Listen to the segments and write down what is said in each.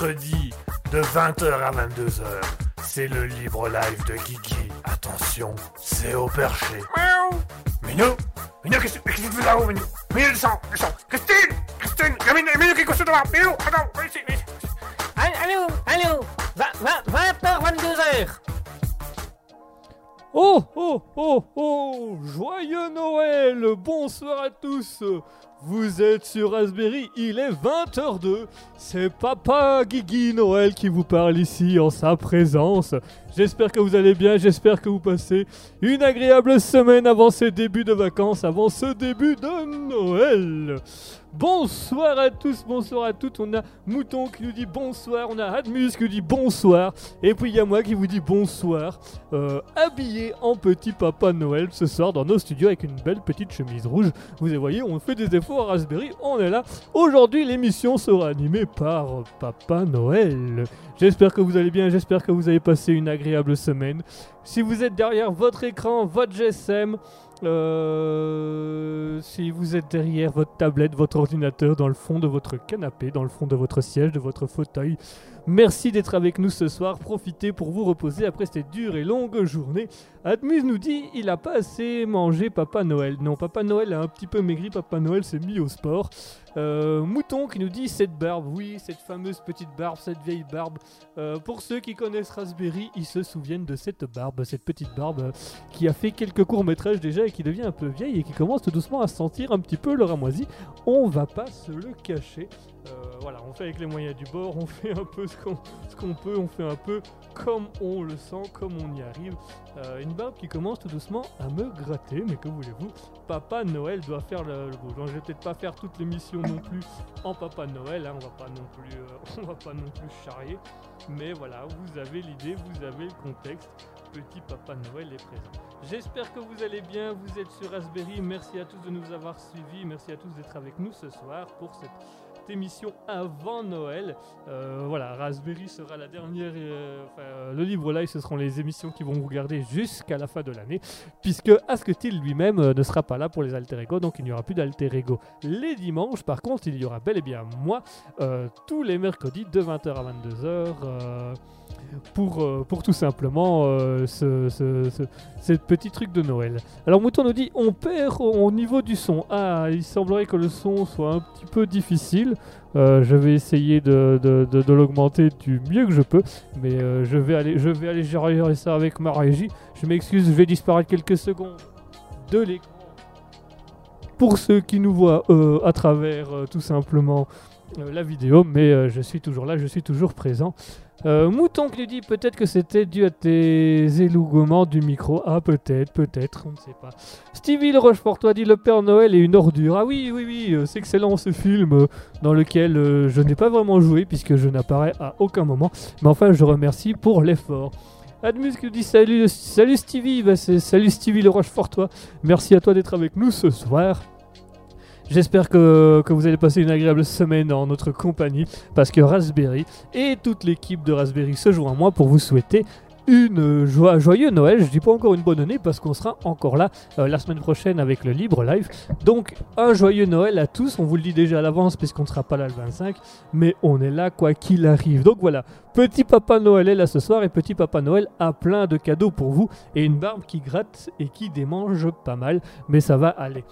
mercredi de 20h à 22h. C'est le libre live de Guigui. Attention, c'est au perché. Miaou. Minou, qu'est-ce que tu fais là-haut, Minou? Minou, descends. Christine, il y a Minou qui est couché devant. Minou, attends, viens ici. Allô 20h, 22h. Oh, joyeux Noël, bonsoir à tous. Vous êtes sur Raspberry, il est 20h02. C'est Papa Guigui Noël qui vous parle ici en sa présence. J'espère que vous allez bien, j'espère que vous passez une agréable semaine avant ce début de vacances, avant ce début de Noël. Bonsoir à tous, bonsoir à toutes. On a Mouton qui nous dit bonsoir, on a Admus qui nous dit bonsoir, et puis il y a moi qui vous dit bonsoir, habillé en petit Papa Noël ce soir dans nos studios avec une belle petite chemise rouge. Vous voyez, on fait des efforts à Raspberry, on est là. Aujourd'hui, l'émission sera animée par Papa Noël. J'espère que vous allez bien, j'espère que vous avez passé une agréable semaine. Si vous êtes derrière votre écran, votre GSM, si vous êtes derrière votre tablette, votre ordinateur, dans le fond de votre canapé, dans le fond de votre siège, de votre fauteuil, merci d'être avec nous ce soir. Profitez pour vous reposer après cette dure et longue journée. Admus nous dit il a pas assez mangé Papa Noël. Non, Papa Noël a un petit peu maigri, Papa Noël s'est mis au sport. Mouton qui nous dit cette barbe, oui, cette fameuse petite barbe, cette vieille barbe. Pour ceux qui connaissent Raspberry, ils se souviennent de cette barbe, cette petite barbe qui a fait quelques courts-métrages déjà et qui devient un peu vieille et qui commence tout doucement à sentir un petit peu le ramoisi. On va pas se le cacher. Voilà, on fait avec les moyens du bord, on fait un peu ce qu'on peut, on fait un peu comme on le sent, comme on y arrive. Une barbe qui commence tout doucement à me gratter, mais que voulez-vous, Papa Noël doit faire le beau. Donc, je vais peut-être pas faire toute l'émission non plus en Papa Noël, hein, on va pas non plus charrier, mais voilà, vous avez l'idée, vous avez le contexte. Petit Papa Noël est présent. J'espère que vous allez bien, vous êtes sur Raspberry, merci à tous de nous avoir suivis, merci à tous d'être avec nous ce soir pour cette émission avant Noël. Voilà, Raspberry sera la dernière, le libre live, ce seront les émissions qui vont vous garder jusqu'à la fin de l'année, puisque Asketil lui-même ne sera pas là pour les alter ego, donc il n'y aura plus d'alter ego les dimanches. Par contre, il y aura bel et bien moi tous les mercredis de 20h à 22h pour tout simplement ce petit truc de Noël. Alors Mouton nous dit on perd au niveau du son. Ah, il semblerait que le son soit un petit peu difficile. Je vais essayer de l'augmenter du mieux que je peux, mais je vais aller gérer ça avec ma régie. Je m'excuse, je vais disparaître quelques secondes de l'écran pour ceux qui nous voient à travers tout simplement la vidéo, mais je suis toujours là, je suis toujours présent. Mouton qui lui dit peut-être que c'était dû à tes éloignements du micro. Ah, peut-être, on ne sait pas. Stevie le Rochefortois dit le Père Noël est une ordure. Ah oui, c'est excellent ce film dans lequel je n'ai pas vraiment joué puisque je n'apparais à aucun moment. Mais enfin, je remercie pour l'effort. Admus qui nous dit salut Stevie. Salut Stevie le Rochefortois. Merci à toi d'être avec nous ce soir. J'espère que vous allez passer une agréable semaine en notre compagnie, parce que Raspberry et toute l'équipe de Raspberry se joint à moi pour vous souhaiter une joyeux Noël. Je dis pas encore une bonne année parce qu'on sera encore là la semaine prochaine avec le libre live. Donc un joyeux Noël à tous, on vous le dit déjà à l'avance puisqu'on ne sera pas là le 25, mais on est là quoi qu'il arrive. Donc voilà, petit Papa Noël est là ce soir et petit Papa Noël a plein de cadeaux pour vous et une barbe qui gratte et qui démange pas mal, mais ça va aller.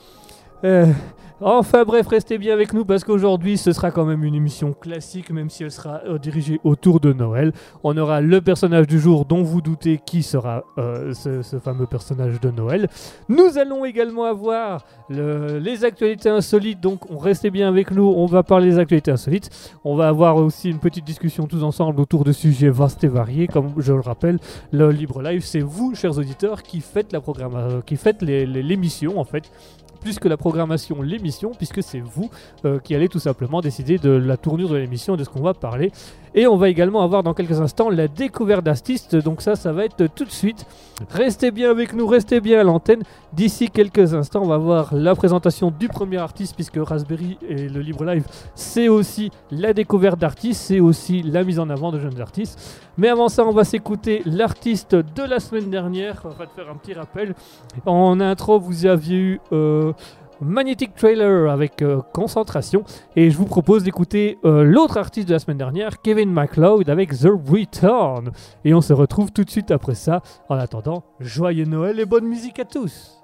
Enfin bref, restez bien avec nous parce qu'aujourd'hui ce sera quand même une émission classique, même si elle sera dirigée autour de Noël. On aura le personnage du jour dont vous doutez qui sera ce fameux personnage de Noël. Nous allons également avoir les actualités insolites, donc restez bien avec nous, on va parler des actualités insolites. On va avoir aussi une petite discussion tous ensemble autour de sujets vastes et variés. Comme je le rappelle, le Libre Live, c'est vous, chers auditeurs, qui faites l'émission en fait. Plus que la programmation, l'émission, puisque c'est vous qui allez tout simplement décider de la tournure de l'émission, de ce qu'on va parler. Et on va également avoir dans quelques instants la découverte d'artistes, donc ça va être tout de suite. Restez bien avec nous, restez bien à l'antenne. D'ici quelques instants, on va voir la présentation du premier artiste, puisque Raspberry et le Libre Live, c'est aussi la découverte d'artistes, c'est aussi la mise en avant de jeunes artistes. Mais avant ça, on va s'écouter l'artiste de la semaine dernière. On va te faire un petit rappel. En intro, vous aviez eu Magnetic Trailer avec Concentration. Et je vous propose d'écouter l'autre artiste de la semaine dernière, Kevin MacLeod avec The Return. Et on se retrouve tout de suite après ça. En attendant, joyeux Noël et bonne musique à tous.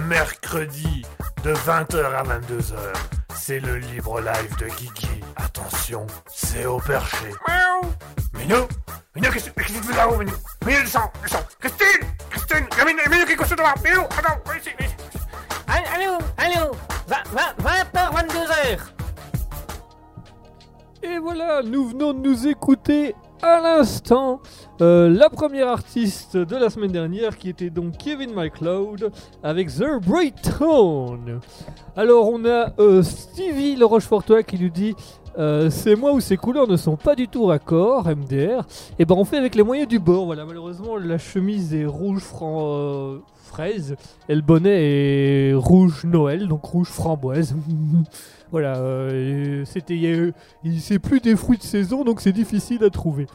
mercredi de 20h à 22h. C'est le libre live de Guigui. Attention, c'est au perché. Miaou. Minou, qu'est-ce que tu fais là-haut, Minou? Minou, descends. Christine, Minou qui est couché devant. Minou, attends, viens ici. Allô 20h, 22h. Et voilà, nous venons de nous écouter à l'instant la première artiste de la semaine dernière qui était donc Kevin MacLeod avec The Brayton. Alors on a Stevie Le Rochefortois qui nous dit c'est moi où ces couleurs ne sont pas du tout raccord, MDR. Et ben on fait avec les moyens du bord. Voilà, malheureusement la chemise est rouge fraise et le bonnet est rouge Noël, donc rouge framboise. Voilà, c'est plus des fruits de saison, donc c'est difficile à trouver.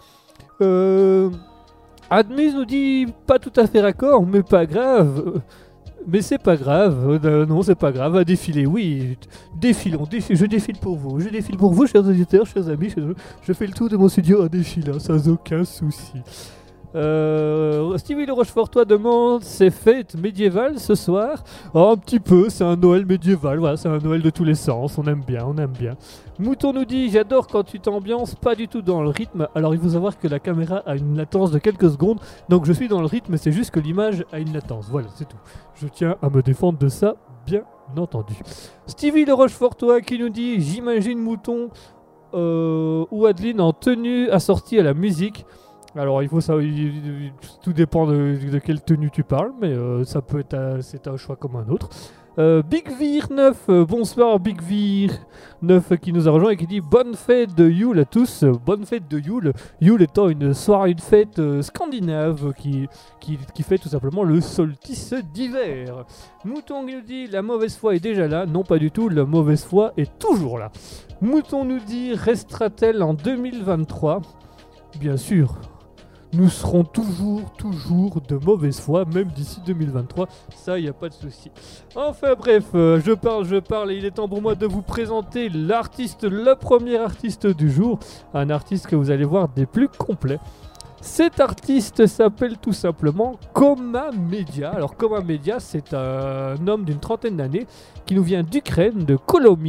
Admise nous dit pas tout à fait raccord, mais pas grave. Mais c'est pas grave, non c'est pas grave, à défiler, oui, défilons, je défile pour vous, chers auditeurs, chers amis, je fais le tour de mon studio en défilant, sans aucun souci. Stevie Le Rochefortois demande, c'est fête médiévale ce soir? Oh, un petit peu, c'est un Noël médiéval, voilà, c'est un Noël de tous les sens, on aime bien. Mouton nous dit, j'adore quand tu t'ambiances pas du tout dans le rythme. Alors il faut savoir que la caméra a une latence de quelques secondes, donc je suis dans le rythme, c'est juste que l'image a une latence, voilà, c'est tout. Je tiens à me défendre de ça, bien entendu. Stevie Le Rochefortois qui nous dit, j'imagine Mouton ou Adeline en tenue assortie à la musique. Alors il faut ça, tout dépend de quelle tenue tu parles, mais ça peut être c'est un choix comme un autre. Big Vir 9, bonsoir Big Vir 9 qui nous a rejoint et qui dit bonne fête de Yule à tous, bonne fête de Yule. Yule étant une fête scandinave qui fait tout simplement le solstice d'hiver. Mouton nous dit la mauvaise foi est déjà là, non pas du tout, la mauvaise foi est toujours là. Mouton nous dit restera-t-elle en 2023? Bien sûr. Nous serons toujours de mauvaise foi, même d'ici 2023, ça y a pas de souci. Enfin bref, je parle et il est temps pour moi de vous présenter le premier artiste du jour, un artiste que vous allez voir des plus complets. Cet artiste s'appelle tout simplement Koma Media. Alors Koma Media, c'est un homme d'une trentaine d'années qui nous vient d'Ukraine, de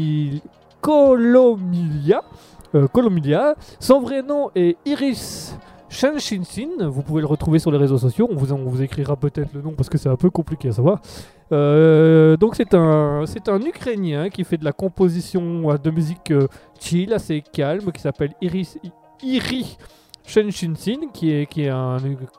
Kolomilia. Son vrai nom est Iris Shenshinsin, vous pouvez le retrouver sur les réseaux sociaux, on vous écrira peut-être le nom parce que c'est un peu compliqué à savoir. Donc c'est un Ukrainien qui fait de la composition de musique chill, assez calme, qui s'appelle Iri Shenshinsin, qui est un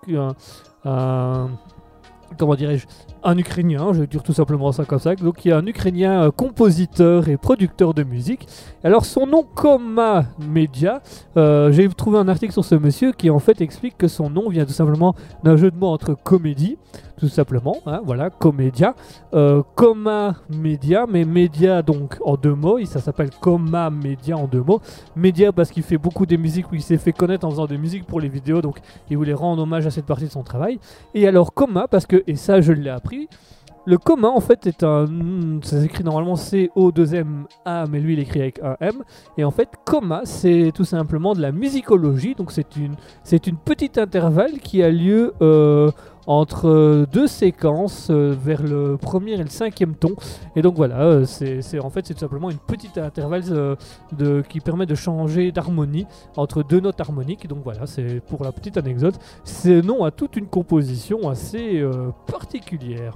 comment dirais-je, un Ukrainien, je vais dire tout simplement ça comme ça, donc il y a un Ukrainien compositeur et producteur de musique. Alors son nom Koma Media, j'ai trouvé un article sur ce monsieur qui en fait explique que son nom vient tout simplement d'un jeu de mots entre comédie, tout simplement, hein, voilà, comédia, Koma Media, mais média donc en deux mots, ça s'appelle Koma Media en deux mots, média parce qu'il fait beaucoup des musiques où il s'est fait connaître en faisant des musiques pour les vidéos, donc il voulait rendre hommage à cette partie de son travail, et alors Koma parce que, et ça je l'ai appris, le Koma en fait ça s'écrit normalement C-O-2-M-A, mais lui il écrit avec un M, et en fait Koma c'est tout simplement de la musicologie, donc c'est une petite intervalle qui a lieu entre deux séquences vers le premier et le cinquième ton, et donc voilà, c'est tout simplement une petite intervalle qui permet de changer d'harmonie entre deux notes harmoniques, donc voilà, c'est pour la petite anecdote, ce nom a toute une composition assez particulière.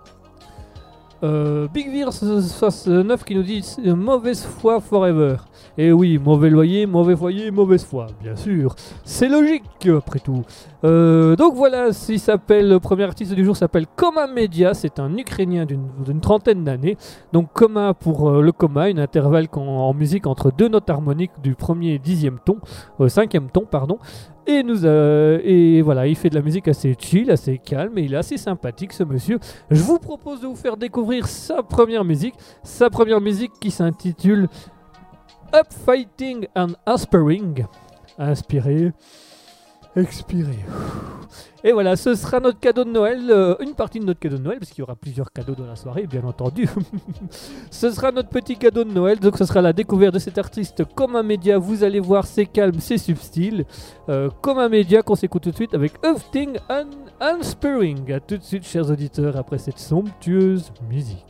Big Vir 9 qui nous dit mauvaise foi forever. Et oui, mauvais loyer, mauvais foyer, mauvaise foi, bien sûr. C'est logique après tout. Donc voilà, le premier artiste du jour s'appelle Koma Media. C'est un Ukrainien d'une trentaine d'années. Donc Koma pour le Koma, une intervalle en musique entre deux notes harmoniques du premier et cinquième ton, pardon. Et voilà, il fait de la musique assez chill, assez calme, et il est assez sympathique ce monsieur. Je vous propose de vous faire découvrir sa première musique qui s'intitule Up Fighting and Aspiring. Inspiré. Expirez. Et voilà, ce sera notre cadeau de Noël, une partie de notre cadeau de Noël, parce qu'il y aura plusieurs cadeaux dans la soirée, bien entendu. Ce sera notre petit cadeau de Noël, donc ce sera la découverte de cet artiste Coma Media. Vous allez voir, c'est calme, c'est subtil. Coma Media, qu'on s'écoute tout de suite avec Uplifting and Unsparing. A tout de suite, chers auditeurs, après cette somptueuse musique.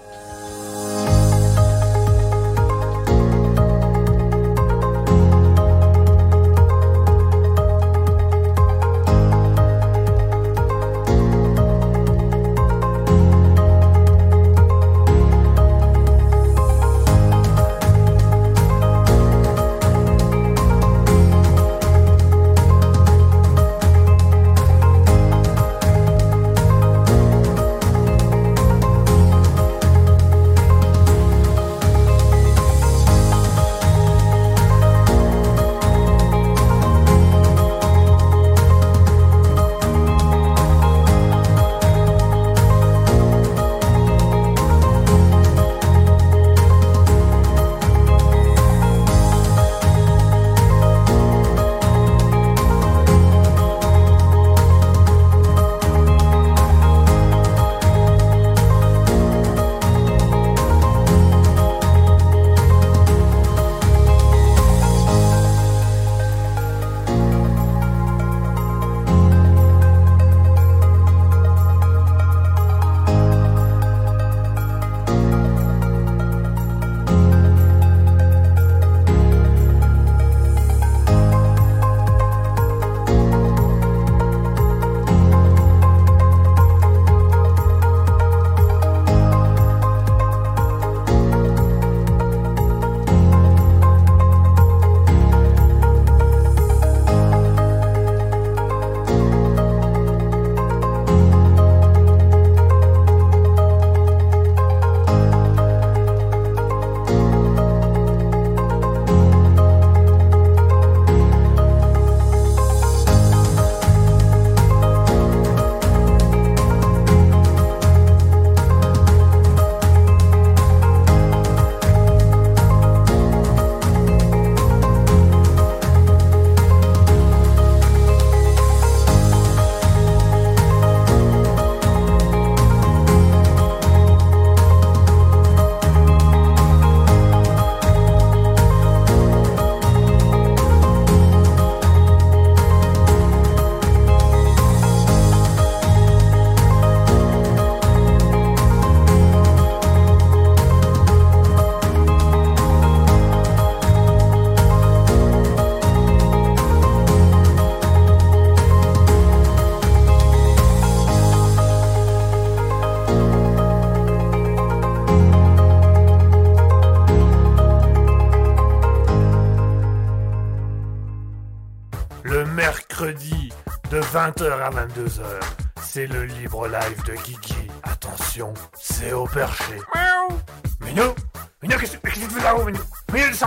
mercredi de 20h à 22h. C'est le libre live de Guigui. Attention, c'est au perché. Miaou. Minou, qu'est-ce que tu fais là-haut, Minou? Minou, descends.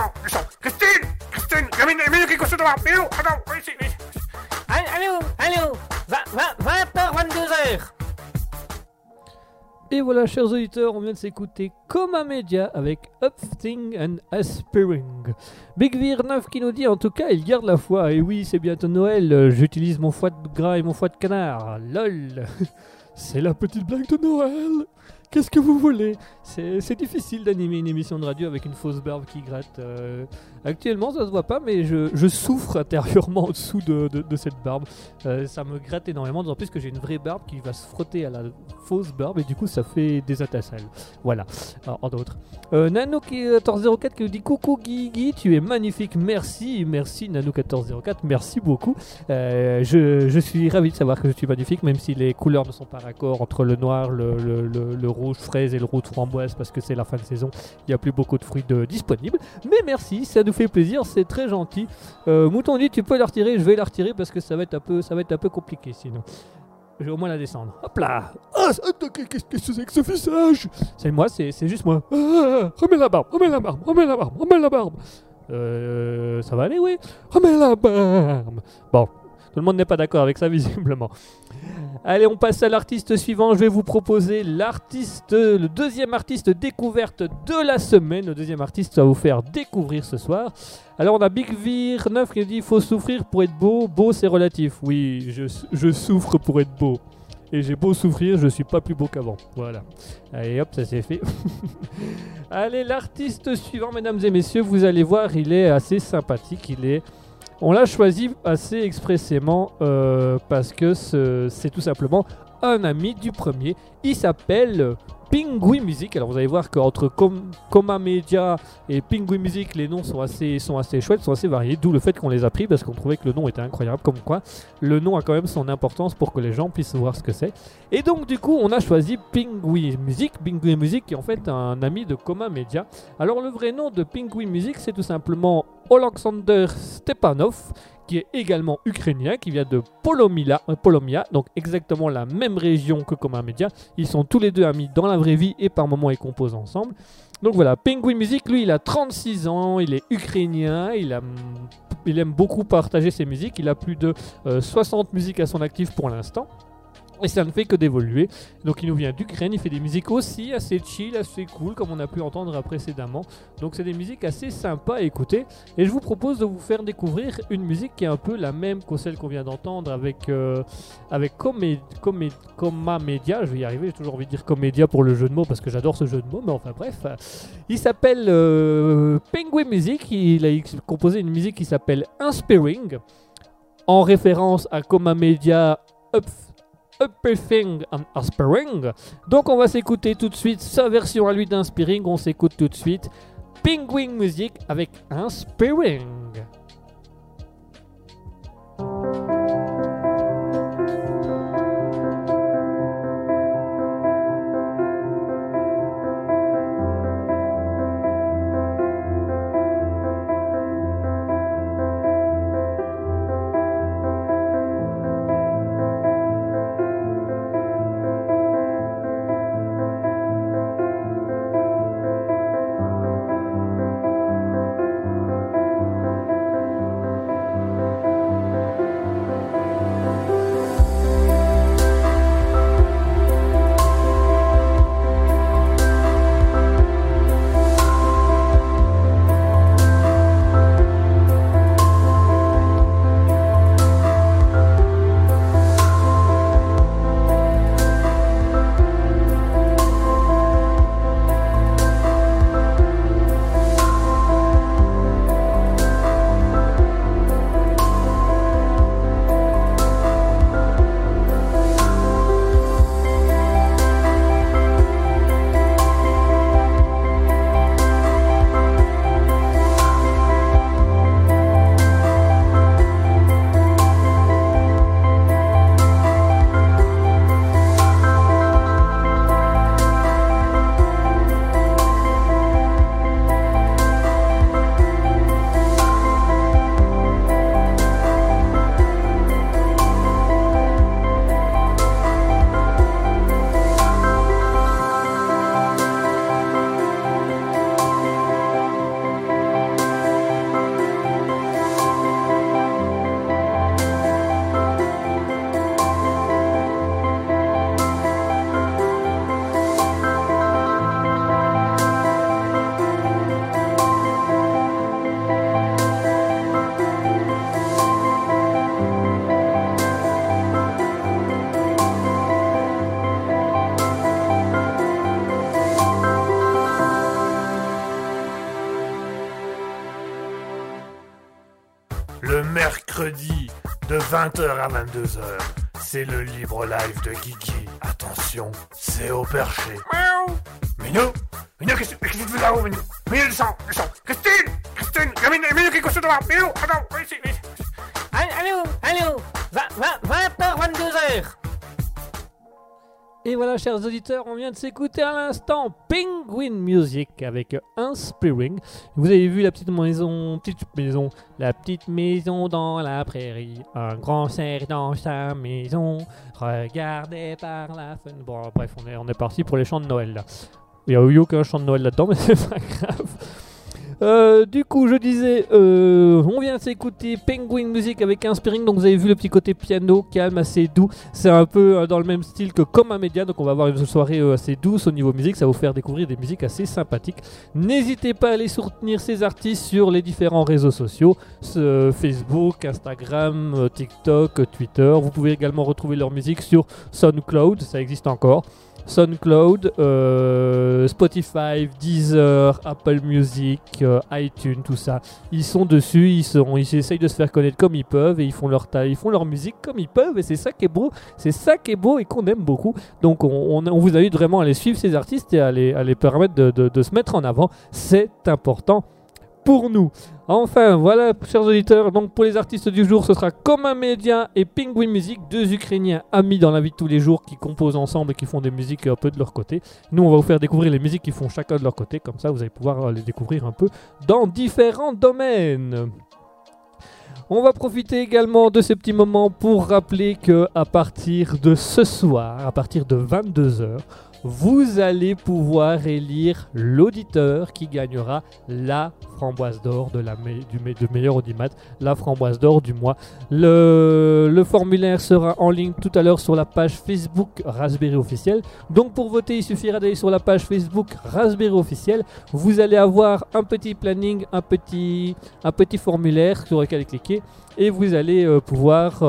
Christine, Minou qui est couché devant. Minou, attends, viens ici. Allô, 20h, 22h. Et voilà, chers auditeurs, on vient de s'écouter Coma Media avec Uplifting and Aspiring. Big Vir 9 qui nous dit, en tout cas, il garde la foi. Et oui, c'est bientôt Noël, j'utilise mon foie de gras et mon foie de canard. LOL. C'est la petite blague de Noël. Qu'est-ce que vous voulez? C'est difficile d'animer une émission de radio avec une fausse barbe qui gratte. Actuellement, ça se voit pas, mais je souffre intérieurement en dessous de cette barbe. Ça me gratte énormément, d'autant plus que j'ai une vraie barbe qui va se frotter à la fausse barbe et du coup, ça fait des étincelles. Voilà, en d'autres. Nano 1404 qui nous dit coucou Guigui, tu es magnifique, merci Nano 1404, merci beaucoup. Je suis ravi de savoir que je suis magnifique, même si les couleurs ne sont pas raccord entre le noir, le rouge fraise et le rouge framboise, parce que c'est la fin de saison, il n'y a plus beaucoup de fruits disponibles. Mais merci, ça nous fait plaisir, c'est très gentil. Mouton dit tu peux la retirer, je vais la retirer parce que ça va être un peu compliqué sinon. Je vais au moins la descendre. Hop là. Ah, qu'est-ce que c'est que ce visage? C'est moi, c'est juste moi. Ah, remets la barbe. Ça va aller, oui. Remets la barbe. Bon. Tout le monde n'est pas d'accord avec ça, visiblement. Allez, on passe à l'artiste suivant. Je vais vous proposer le deuxième artiste découverte de la semaine. Le deuxième artiste va vous faire découvrir ce soir. Alors, on a Big Vir 9 qui dit « Faut souffrir pour être beau. Beau, c'est relatif. » Oui, je souffre pour être beau. Et j'ai beau souffrir, je suis pas plus beau qu'avant. Voilà. Allez hop, ça c'est fait. Allez, l'artiste suivant, mesdames et messieurs, vous allez voir, il est assez sympathique. On l'a choisi assez expressément parce que c'est tout simplement un ami du premier. Il s'appelle Penguin Music. Alors vous allez voir qu'entre Coma Media et Penguin Music, les noms sont assez chouettes, sont assez variés. D'où le fait qu'on les a pris parce qu'on trouvait que le nom était incroyable. Comme quoi, le nom a quand même son importance pour que les gens puissent voir ce que c'est. Et donc du coup, on a choisi Penguin Music. Penguin Music qui est en fait un ami de Coma Media. Alors le vrai nom de Penguin Music, c'est tout simplement Alexander Stepanov, qui est également ukrainien, qui vient de Polomia, donc exactement la même région que Coma Media. Ils sont tous les deux amis dans la vraie vie et par moments ils composent ensemble. Donc voilà, Penguin Music, lui il a 36 ans, il est ukrainien, il aime beaucoup partager ses musiques, il a plus de 60 musiques à son actif pour l'instant. Et ça ne fait que d'évoluer. Donc il nous vient d'Ukraine, il fait des musiques aussi assez chill, assez cool, comme on a pu entendre précédemment. Donc c'est des musiques assez sympas à écouter. Et je vous propose de vous faire découvrir une musique qui est un peu la même que celle qu'on vient d'entendre avec Coma Media. Je vais y arriver, j'ai toujours envie de dire Comédia pour le jeu de mots, parce que j'adore ce jeu de mots, mais enfin bref. Il s'appelle Penguin Music, il a composé une musique qui s'appelle Inspiring, en référence à Coma Media Everything and Inspiring. Donc on va s'écouter tout de suite sa version à lui d'Inspiring. On s'écoute tout de suite Penguin Music avec Inspiring. Le mercredi de 20h à 22h, c'est le libre live de Guigui. Attention, c'est au perché. Miaou. Minou, qu'est-ce que tu fais là-haut, Minou? Minou, descends. Christine, Minou qui est couché devant. Minou, attends, viens ici. Allô 20h, 22h. Et voilà, chers auditeurs, on vient de s'écouter à l'instant Penguin Music avec Inspiring. Vous avez vu la petite maison dans la prairie, un grand cerf dans sa maison, regardez par la fenêtre. Bon, bref, on est parti pour les chants de Noël là. Il n'y a eu aucun chant de Noël là-dedans, mais c'est pas grave. Du coup, je disais, on vient de s'écouter Penguin Music avec Inspiring. Donc, vous avez vu le petit côté piano, calme, assez doux. C'est un peu dans le même style que Coma Media. Donc, on va avoir une soirée assez douce au niveau musique. Ça va vous faire découvrir des musiques assez sympathiques. N'hésitez pas à aller soutenir ces artistes sur les différents réseaux sociaux Facebook, Instagram, TikTok, Twitter. Vous pouvez également retrouver leur musique sur SoundCloud. Ça existe encore. SoundCloud, Spotify, Deezer, Apple Music, iTunes, tout ça. Ils sont dessus, ils essayent de se faire connaître comme ils peuvent et ils font leur musique comme ils peuvent et c'est ça qui est beau et qu'on aime beaucoup. Donc on vous invite vraiment à aller suivre ces artistes et à les permettre de se mettre en avant. C'est important pour nous. Enfin, voilà, chers auditeurs, donc pour les artistes du jour, ce sera Coma Media et Penguin Music, deux Ukrainiens amis dans la vie de tous les jours qui composent ensemble et qui font des musiques un peu de leur côté. Nous, on va vous faire découvrir les musiques qu'ils font chacun de leur côté, comme ça vous allez pouvoir les découvrir un peu dans différents domaines. On va profiter également de ces petits moments pour rappeler que à partir de ce soir, à partir de 22h, vous allez pouvoir élire l'auditeur qui gagnera la framboise d'or de meilleur audimat, la framboise d'or du mois. Le formulaire sera en ligne tout à l'heure sur la page Facebook Raspberry Officiel. Donc pour voter, il suffira d'aller sur la page Facebook Raspberry Officiel. Vous allez avoir un petit planning, un petit formulaire sur lequel cliquer et vous allez pouvoir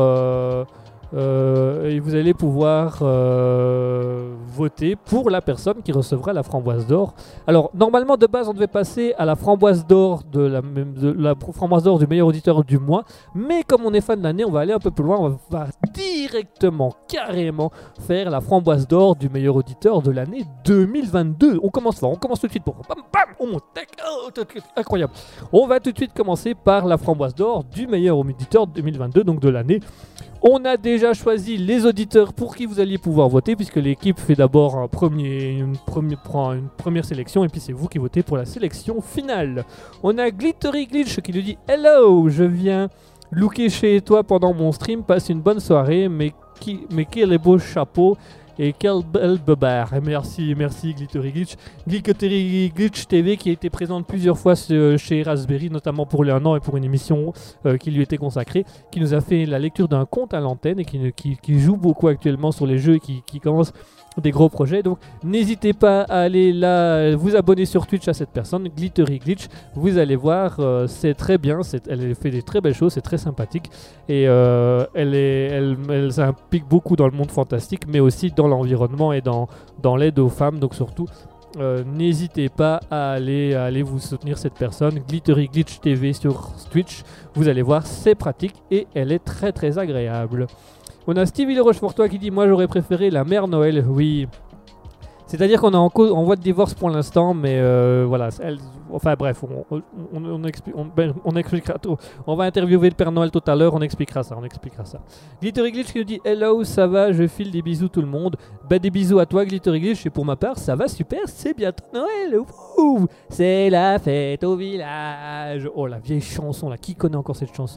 voter pour la personne qui recevra la framboise d'or. Alors normalement de base on devait passer à la framboise d'or la framboise d'or du meilleur auditeur du mois, mais comme on est fan de l'année, on va aller un peu plus loin, on va directement, carrément faire la framboise d'or du meilleur auditeur de l'année 2022. On commence fort, on commence tout de suite pour bam bam, on monte, incroyable. On va tout de suite commencer par la framboise d'or du meilleur auditeur 2022, donc de l'année. On a déjà choisi les auditeurs pour qui vous alliez pouvoir voter, puisque l'équipe fait d'abord une première sélection et puis c'est vous qui votez pour la sélection finale. On a Glittery Glitch qui nous dit « Hello, je viens looker chez toi pendant mon stream, passe une bonne soirée, mais quel est beau chapeau et quel bel beubard. » Merci Glittery Glitch. Glittery Glitch TV qui a été présente plusieurs fois chez Raspberry, notamment pour les 1 an et pour une émission qui lui était consacrée, qui nous a fait la lecture d'un conte à l'antenne et qui joue beaucoup actuellement sur les jeux et qui commence des gros projets. Donc n'hésitez pas à aller là, vous abonner sur Twitch à cette personne, Glittery Glitch. Vous allez voir, c'est très bien, elle fait des très belles choses, c'est très sympathique et elle s'implique beaucoup dans le monde fantastique, mais aussi dans l'environnement et dans l'aide aux femmes. Donc surtout n'hésitez pas à aller vous soutenir cette personne, Glittery Glitch TV sur Twitch. Vous allez voir, c'est pratique et elle est très très agréable. On a Stevie Le Rochefortois qui dit « Moi j'aurais préféré la mère Noël ». Oui, c'est-à-dire qu'on est en voie de divorce pour l'instant, mais voilà. Enfin bref, on expliquera tout. On va interviewer le Père Noël tout à l'heure, on expliquera ça. Glittery Glitch qui nous dit « Hello, ça va, je file des bisous tout le monde ». Bah des bisous à toi Glittery Glitch, et pour ma part, ça va super, c'est bientôt Noël. Ouh, c'est la fête au village. Oh la vieille chanson là, qui connaît encore cette chanson ?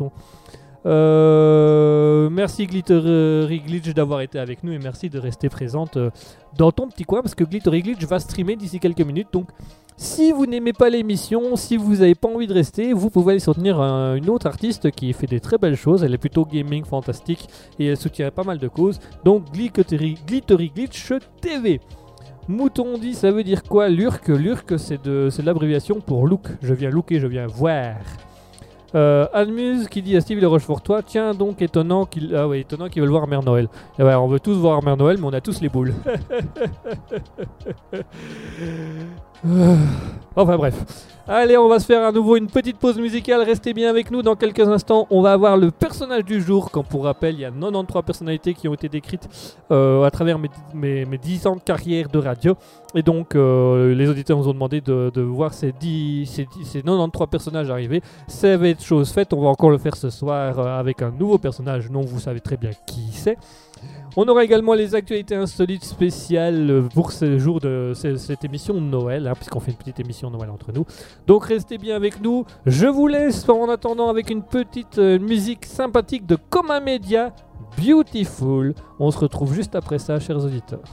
Merci Glittery Glitch d'avoir été avec nous et merci de rester présente dans ton petit coin parce que Glittery Glitch va streamer d'ici quelques minutes. Donc si vous n'aimez pas l'émission, si vous n'avez pas envie de rester, vous pouvez aller soutenir une autre artiste qui fait des très belles choses. Elle est plutôt gaming fantastique et elle soutient pas mal de causes. Donc Glittery Glitch TV. Mouton dit ça veut dire quoi Lurk? Lurk c'est l'abréviation pour look. Je viens looker, je viens voir. Almuse qui dit à Steve Le Rochefortois, tiens donc étonnant qu'ils veulent voir Mère Noël. Et ouais, on veut tous voir Mère Noël, mais on a tous les boules. Enfin bref. Allez, on va se faire à nouveau une petite pause musicale. Restez bien avec nous. Dans quelques instants, on va avoir le personnage du jour. Comme pour rappel, il y a 93 personnalités qui ont été décrites à travers mes 10 ans de carrière de radio. Et donc, les auditeurs nous ont demandé de voir ces 93 personnages arriver. Ça va être chose faite. On va encore le faire ce soir avec un nouveau personnage dont vous savez très bien qui c'est. On aura également les actualités insolites spéciales pour ce jour de cette émission de Noël, hein, puisqu'on fait une petite émission de Noël entre nous. Donc restez bien avec nous. Je vous laisse en attendant avec une petite musique sympathique de Coma Media, Beautiful. On se retrouve juste après ça, chers auditeurs.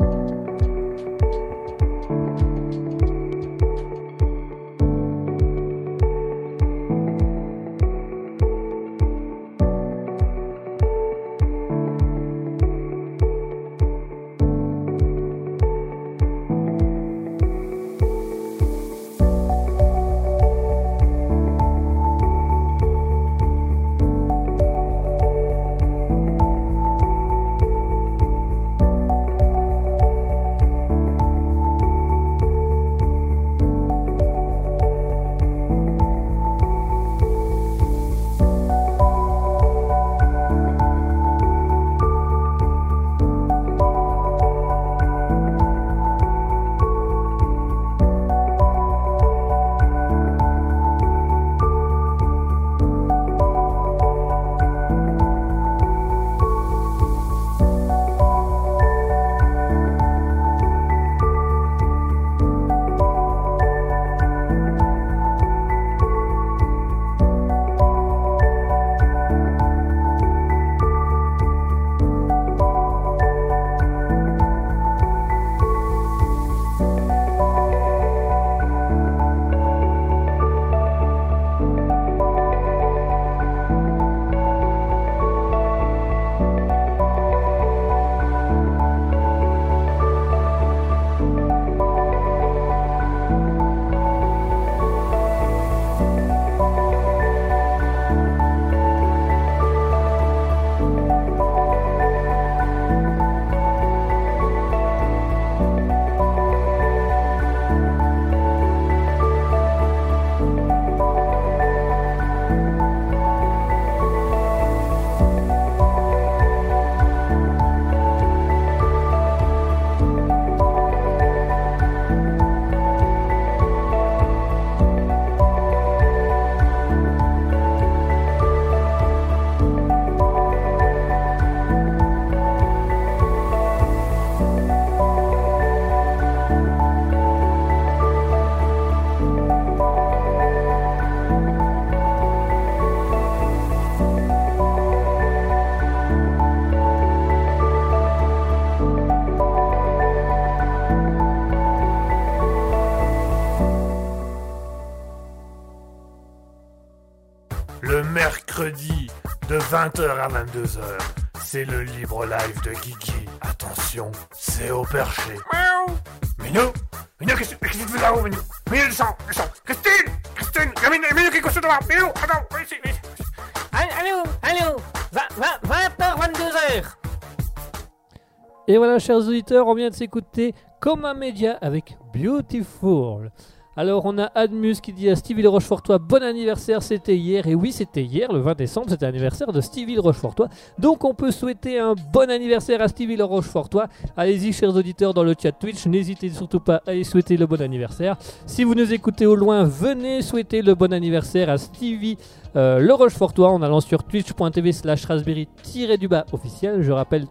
20h à 22h, c'est le libre live de Guigui. Attention, c'est au perché. Miaou. Minou, qu'est-ce que tu fais là-haut, Minou? Minou, descends. Christine, Minou, qui est couché devant. Minou, attends, viens ici. Allô 20h, 22h. Et voilà, chers auditeurs, on vient de s'écouter Comme un média avec Beautiful. Alors, on a Admus qui dit à Stevie le Rochefortois, bon anniversaire, c'était hier. Et oui, c'était hier, le 20 décembre, c'était l'anniversaire de Stevie le Rochefortois. Donc, on peut souhaiter un bon anniversaire à Stevie le Rochefortois. Allez-y, chers auditeurs, dans le chat Twitch, n'hésitez surtout pas à y souhaiter le bon anniversaire. Si vous nous écoutez au loin, venez souhaiter le bon anniversaire à Stevie le Rochefortois en allant sur twitch.tv/raspberry-du-bas officiel. Je rappelle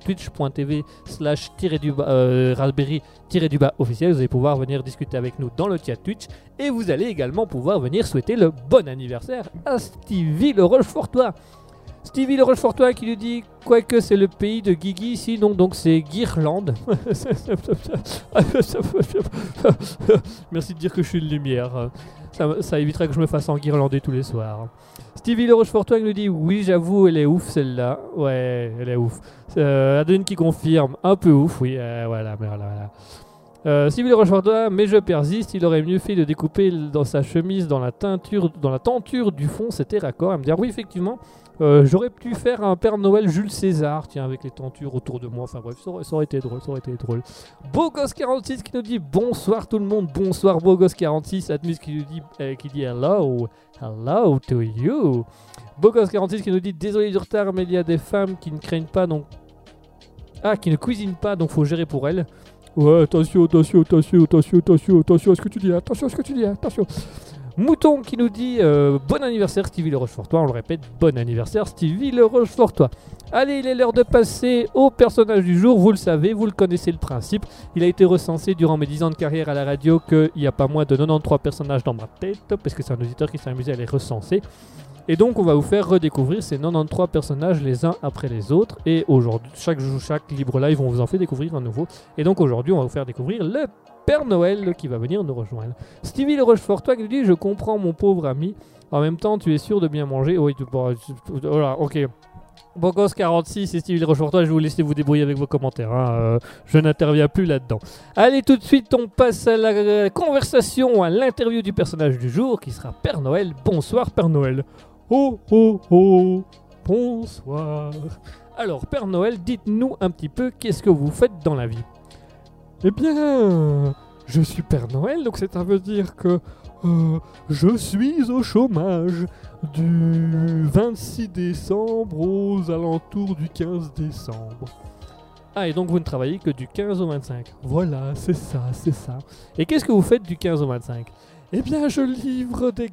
twitch.tv/raspberry-du-bas officiel. Vous allez pouvoir venir discuter avec nous dans le chat Twitch et vous allez également pouvoir venir souhaiter le bon anniversaire à Stevie le Rochefortois. Stevie le Rochefortois qui lui dit quoique c'est le pays de Guigui ici, donc c'est Guirlande. Merci de dire que je suis une lumière. Ça évitera que je me fasse enguirlander tous les soirs. Stevie le Rochefortois nous dit oui, j'avoue, elle est ouf celle-là. Ouais, elle est ouf. Adeline qui confirme, un peu ouf, oui. Voilà. Stevie le Rochefortois, mais je persiste, il aurait mieux fait de découper dans sa chemise, dans la tenture du fond, c'était raccord. Elle me dit oui, effectivement. J'aurais pu faire un Père Noël Jules César, tiens, avec les tentures autour de moi. Enfin bref, ça aurait été drôle, Bogos46 qui nous dit bonsoir tout le monde, bonsoir Bogos46. Admus qui nous dit, hello to you. Bogos46 qui nous dit désolé du retard, mais il y a des femmes qui ne craignent pas, donc qui ne cuisinent pas, donc faut gérer pour elles. Ouais, attention à ce que tu dis, attention. Mouton qui nous dit bon anniversaire Stevie le Rochefortois, on le répète, bon anniversaire Stevie le Rochefortois. Allez, il est l'heure de passer au personnage du jour, vous le savez, vous le connaissez le principe. Il a été recensé durant mes 10 ans de carrière à la radio qu'il n'y a pas moins de 93 personnages dans ma tête, parce que c'est un auditeur qui s'est amusé à les recenser. Et donc on va vous faire redécouvrir ces 93 personnages les uns après les autres. Et aujourd'hui, chaque libre live, on vous en fait découvrir un nouveau. Et donc aujourd'hui, on va vous faire découvrir le Père Noël qui va venir nous rejoindre. Stevie le Rochefortois qui nous dit « Je comprends mon pauvre ami. En même temps, tu es sûr de bien manger ?» Oui, voilà, ok. Bogos 46 et Stevie le Rochefortois, je vais vous laisser vous débrouiller avec vos commentaires. Je n'interviens plus là-dedans. Allez, tout de suite, on passe à la conversation, à l'interview du personnage du jour qui sera Père Noël. Bonsoir Père Noël. Oh, bonsoir. Alors, Père Noël, dites-nous un petit peu qu'est-ce que vous faites dans la vie. Eh bien, je suis Père Noël, donc ça veut dire que je suis au chômage du 26 décembre aux alentours du 15 décembre. Ah, et donc vous ne travaillez que du 15 au 25. Voilà, c'est ça. Et qu'est-ce que vous faites du 15 au 25 ? Eh bien, je livre des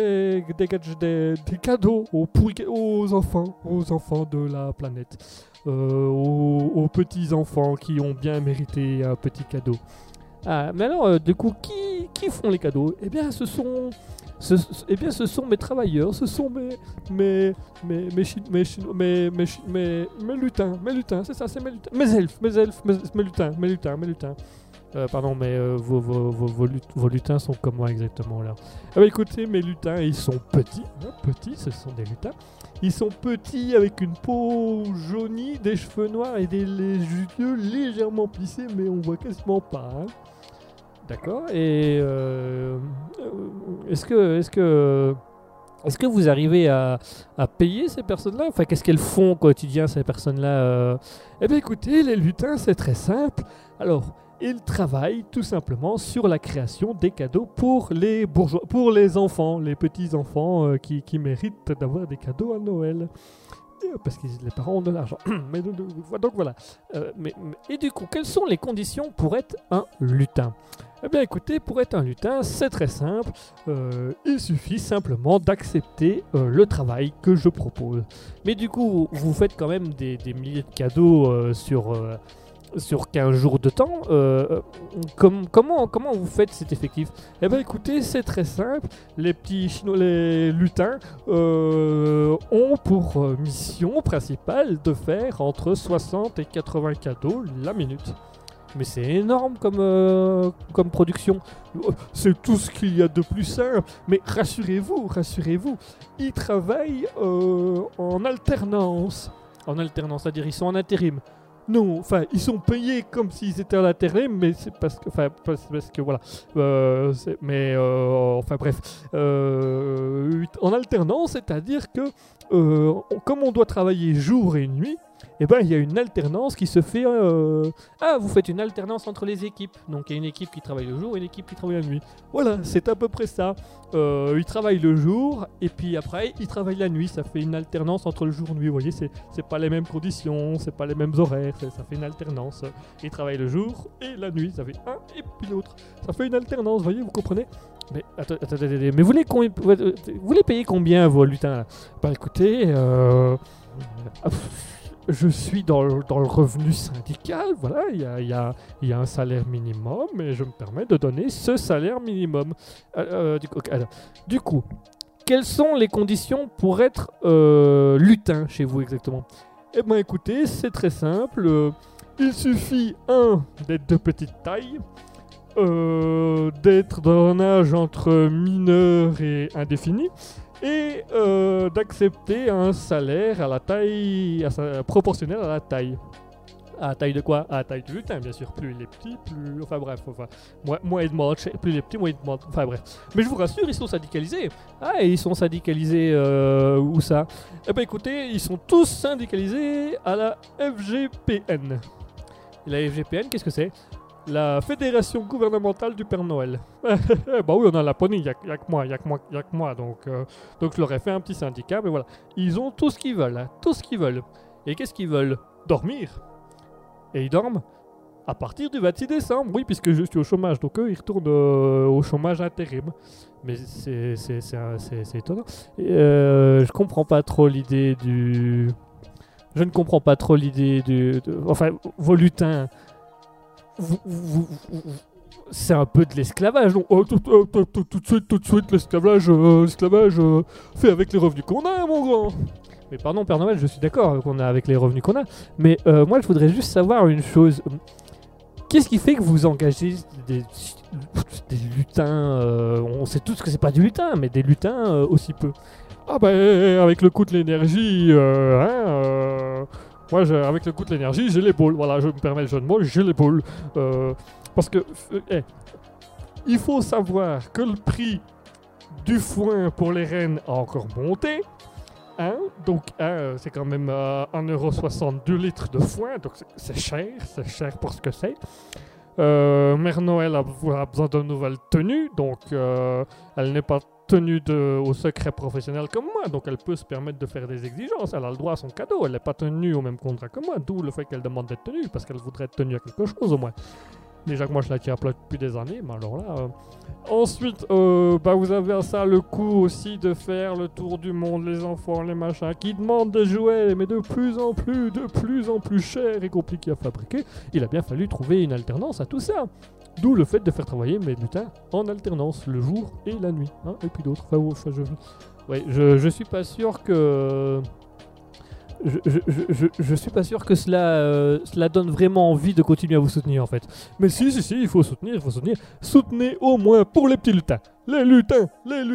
cadeaux aux enfants de la planète, aux petits enfants qui ont bien mérité un petit cadeau. Ah, mais alors, du coup, qui font les cadeaux ? Eh bien, ce sont mes travailleurs, ce sont mes lutins, c'est ça, c'est mes elfes, mes lutins. Pardon, mais vos lutins sont comme moi exactement là. Ah bah écoutez, mes lutins, ils sont petits, ce sont des lutins. Ils sont petits avec une peau jaunie, des cheveux noirs et des yeux légèrement plissés, mais on voit quasiment pas. Hein. D'accord. Et est-ce que vous arrivez à payer ces personnes-là ? Enfin, qu'est-ce qu'elles font au quotidien, ces personnes-là Eh bien écoutez, les lutins, c'est très simple. Alors, ils travaillent tout simplement sur la création des cadeaux pour les bourgeois, pour les enfants, les petits-enfants qui méritent d'avoir des cadeaux à Noël. Parce que les parents ont de l'argent. Donc voilà. Et du coup, quelles sont les conditions pour être un lutin ? Eh bien écoutez, pour être un lutin, c'est très simple. Il suffit simplement d'accepter le travail que je propose. Mais du coup, vous faites quand même des milliers de cadeaux sur 15 jours de temps. Comment vous faites cet effectif ? Eh bien écoutez, c'est très simple. Les lutins ont pour mission principale de faire entre 60 et 80 cadeaux la minute. Mais c'est énorme comme production. C'est tout ce qu'il y a de plus simple. Mais rassurez-vous, ils travaillent en alternance. En alternance, c'est-à-dire ils sont en intérim. Non, enfin, ils sont payés comme s'ils étaient en intérim, mais c'est parce que voilà. Enfin bref. En alternance, c'est-à-dire que comme on doit travailler jour et nuit, eh ben, il y a une alternance qui se fait... vous faites une alternance entre les équipes. Donc il y a une équipe qui travaille le jour et une équipe qui travaille la nuit. Voilà, c'est à peu près ça. Ils travaillent le jour et puis après, ils travaillent la nuit. Ça fait une alternance entre le jour et la nuit. Vous voyez, c'est pas les mêmes conditions, c'est pas les mêmes horaires. Ça fait une alternance. Ils travaillent le jour et la nuit. Ça fait un et puis l'autre. Ça fait une alternance, vous voyez, vous comprenez ? Mais attendez, mais vous les payez combien, vos lutins là ? Bah écoutez, je suis dans le revenu syndical, voilà, il y a un salaire minimum et je me permets de donner ce salaire minimum. Du coup, quelles sont les conditions pour être lutin chez vous exactement ? Eh bien écoutez, c'est très simple, il suffit d'être de petite taille, d'être d'un âge entre mineur et indéfini, et d'accepter un salaire à la taille proportionnel à la taille. À la taille de quoi ? À la taille du lutin, bien sûr. Plus il est petit, plus... Enfin bref, moins il demande, plus il est petit, moins il demande... Enfin bref. Mais je vous rassure, ils sont syndicalisés. Ah, et ils sont syndicalisés où ça ? Eh ben écoutez, ils sont tous syndicalisés à la FGPN. Et la FGPN, qu'est-ce que c'est ? La Fédération gouvernementale du Père Noël. Bah oui, on a la Laponie, il n'y a que moi. Donc je leur ai fait un petit syndicat, mais voilà. Ils ont tout ce qu'ils veulent, hein, tout ce qu'ils veulent. Et qu'est-ce qu'ils veulent ? Dormir. Et ils dorment à partir du 26 décembre, oui, puisque je suis au chômage. Donc eux, ils retournent au chômage intérim. Mais c'est étonnant. Je comprends pas trop l'idée du... Je ne comprends pas trop l'idée du... Enfin, vos lutins... c'est un peu de l'esclavage. Donc, tout de suite, l'esclavage fait avec les revenus qu'on a, mon grand. Mais pardon, Père Noël, je suis d'accord qu'on a avec les revenus qu'on a. Mais moi, je voudrais juste savoir une chose. Qu'est-ce qui fait que vous engagez des lutins on sait tous que c'est pas du lutin, mais des lutins aussi peu. Ah ben, avec le coût de l'énergie, moi, avec le coût de l'énergie, j'ai les boules. Voilà, je me permets le jeu de mots, j'ai les boules. Parce que, il faut savoir que le prix du foin pour les rennes a encore monté. Hein, donc, c'est quand même 1,62€ litres de foin. Donc, c'est cher pour ce que c'est. Mère Noël a besoin de nouvelles tenues. Donc, elle n'est pas tenue au secret professionnel comme moi, donc elle peut se permettre de faire des exigences, elle a le droit à son cadeau, elle n'est pas tenue au même contrat que moi, d'où le fait qu'elle demande d'être tenue, parce qu'elle voudrait être tenue à quelque chose au moins. Déjà que moi je la tiens à plat depuis des années, mais alors là... Ensuite, vous avez ça le coup aussi de faire le tour du monde, les enfants, les machins, qui demandent des jouets, mais de plus en plus chers et compliqués à fabriquer. Il a bien fallu trouver une alternance à tout ça. D'où le fait de faire travailler mes lutins en alternance, le jour et la nuit, hein, et puis d'autres. Je suis pas sûr que... Je suis pas sûr que cela donne vraiment envie de continuer à vous soutenir en fait. Mais si, il faut soutenir. Soutenez au moins pour les petits lutins. Les lutins.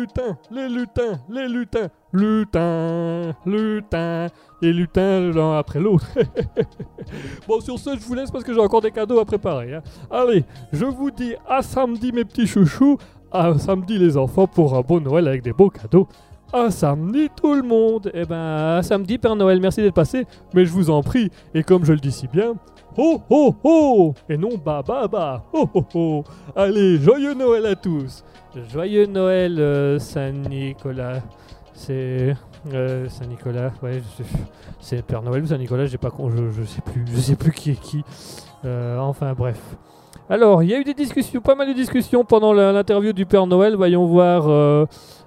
Et lutins l'un après l'autre. Bon, sur ce, je vous laisse parce que j'ai encore des cadeaux à préparer. Hein. Allez, je vous dis à samedi mes petits chouchous. À samedi les enfants pour un beau Noël avec des beaux cadeaux. À samedi tout le monde. Eh ben, à samedi Père Noël, merci d'être passé. Mais je vous en prie, et comme je le dis si bien, ho ho ho. Et non ba ba ba. Ho ho ho. Allez, joyeux Noël à tous. Joyeux Noël Saint-Nicolas. C'est... Saint-Nicolas, ouais, c'est Père Noël ou Saint-Nicolas, je sais plus qui est qui. Enfin bref. Alors, il y a eu pas mal de discussions pendant l'interview du Père Noël, voyons voir...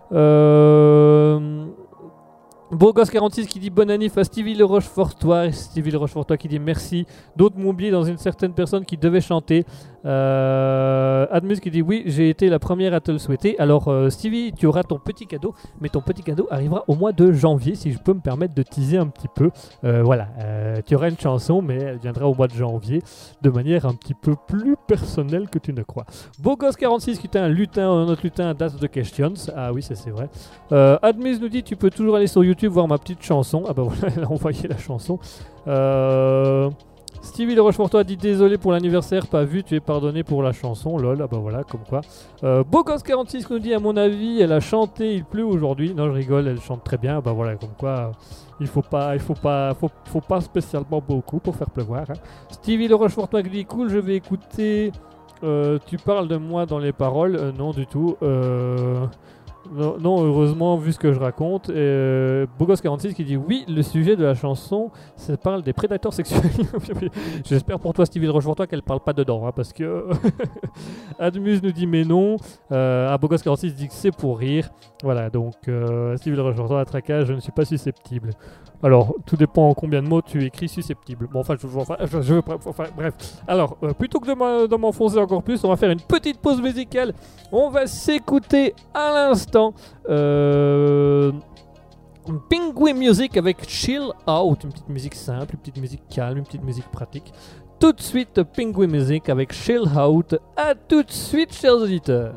Bourgos46 qui dit bonne annif à Stevie Le Rochefortois. Stevie Le Rochefortois qui dit merci. D'autres m'ont oublié dans une certaine personne qui devait chanter. Admus qui dit oui, j'ai été la première à te le souhaiter. Alors Stevie, tu auras ton petit cadeau, mais ton petit cadeau arrivera au mois de janvier, si je peux me permettre de teaser un petit peu. Voilà, tu auras une chanson, mais elle viendra au mois de janvier, de manière un petit peu plus personnelle que tu ne crois. Bogos46 qui est un autre lutin d'Ask the Questions. Ah oui, ça c'est vrai. Admus nous dit tu peux toujours aller sur YouTube voir ma petite chanson. Ah bah voilà, elle a envoyé la chanson. Stevie de Rochefortois dit désolé pour l'anniversaire, pas vu, tu es pardonné pour la chanson, lol, ah bah voilà, comme quoi. Bogos46 nous dit à mon avis, elle a chanté Il pleut aujourd'hui, non je rigole, elle chante très bien, bah voilà, comme quoi, il faut pas spécialement beaucoup pour faire pleuvoir. Hein. Stevie de Rochefortois qui dit cool, je vais écouter, tu parles de moi dans les paroles, non du tout, non, heureusement, vu ce que je raconte. Bogos46 qui dit oui, le sujet de la chanson, ça parle des prédateurs sexuels. J'espère pour toi, Stevie de Rochefortois, qu'elle parle pas dedans, hein, parce que Admus nous dit mais non. Bogos46 dit que c'est pour rire. Voilà, donc Stevie de Rochefortois à traquage, je ne suis pas susceptible. Alors, tout dépend en combien de mots tu écris susceptible. Bon, enfin, bref. Alors, plutôt que de m'enfoncer encore plus, on va faire une petite pause musicale. On va s'écouter à l'instant Penguin Music avec Chill Out. Une petite musique simple, une petite musique calme, une petite musique pratique. Tout de suite, Penguin Music avec Chill Out. À tout de suite, chers auditeurs.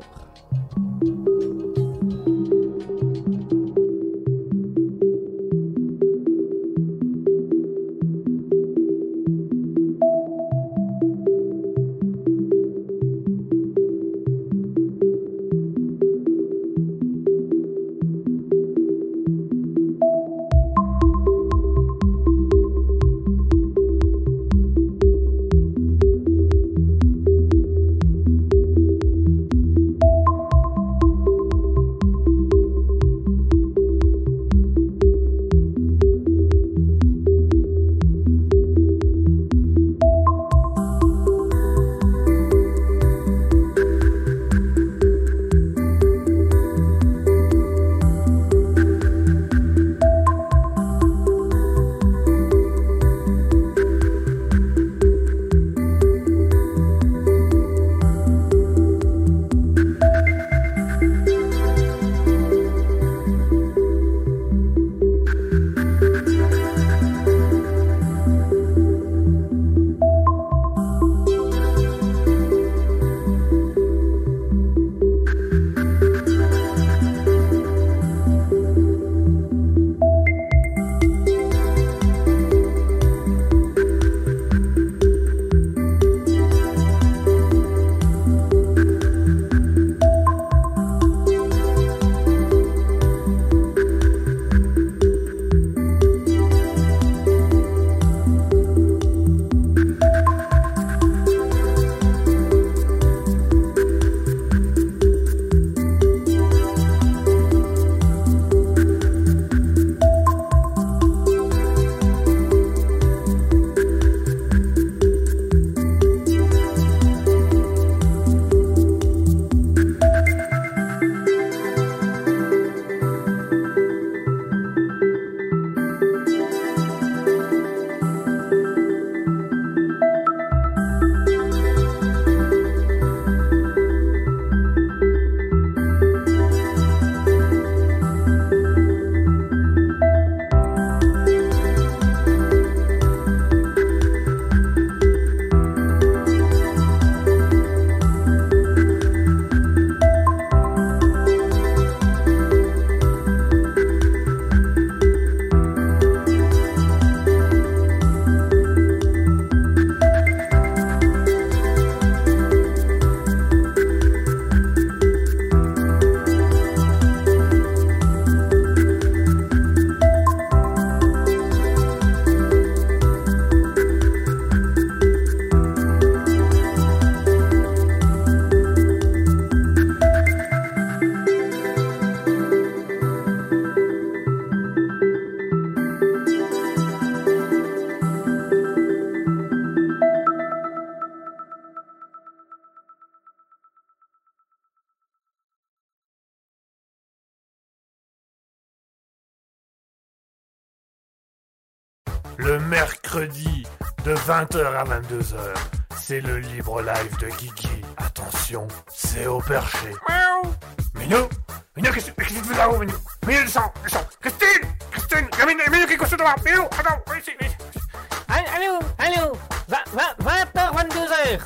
Le mercredi de 20h à 22h, c'est le libre live de Guigui. Attention, c'est au perché. Miaou. Minou, qu'est-ce que tu fais là-haut, Minou? Minou, descends. Christine, Minou qui est couché devant. Minou, attends, viens ici. Allô 20h, 22h.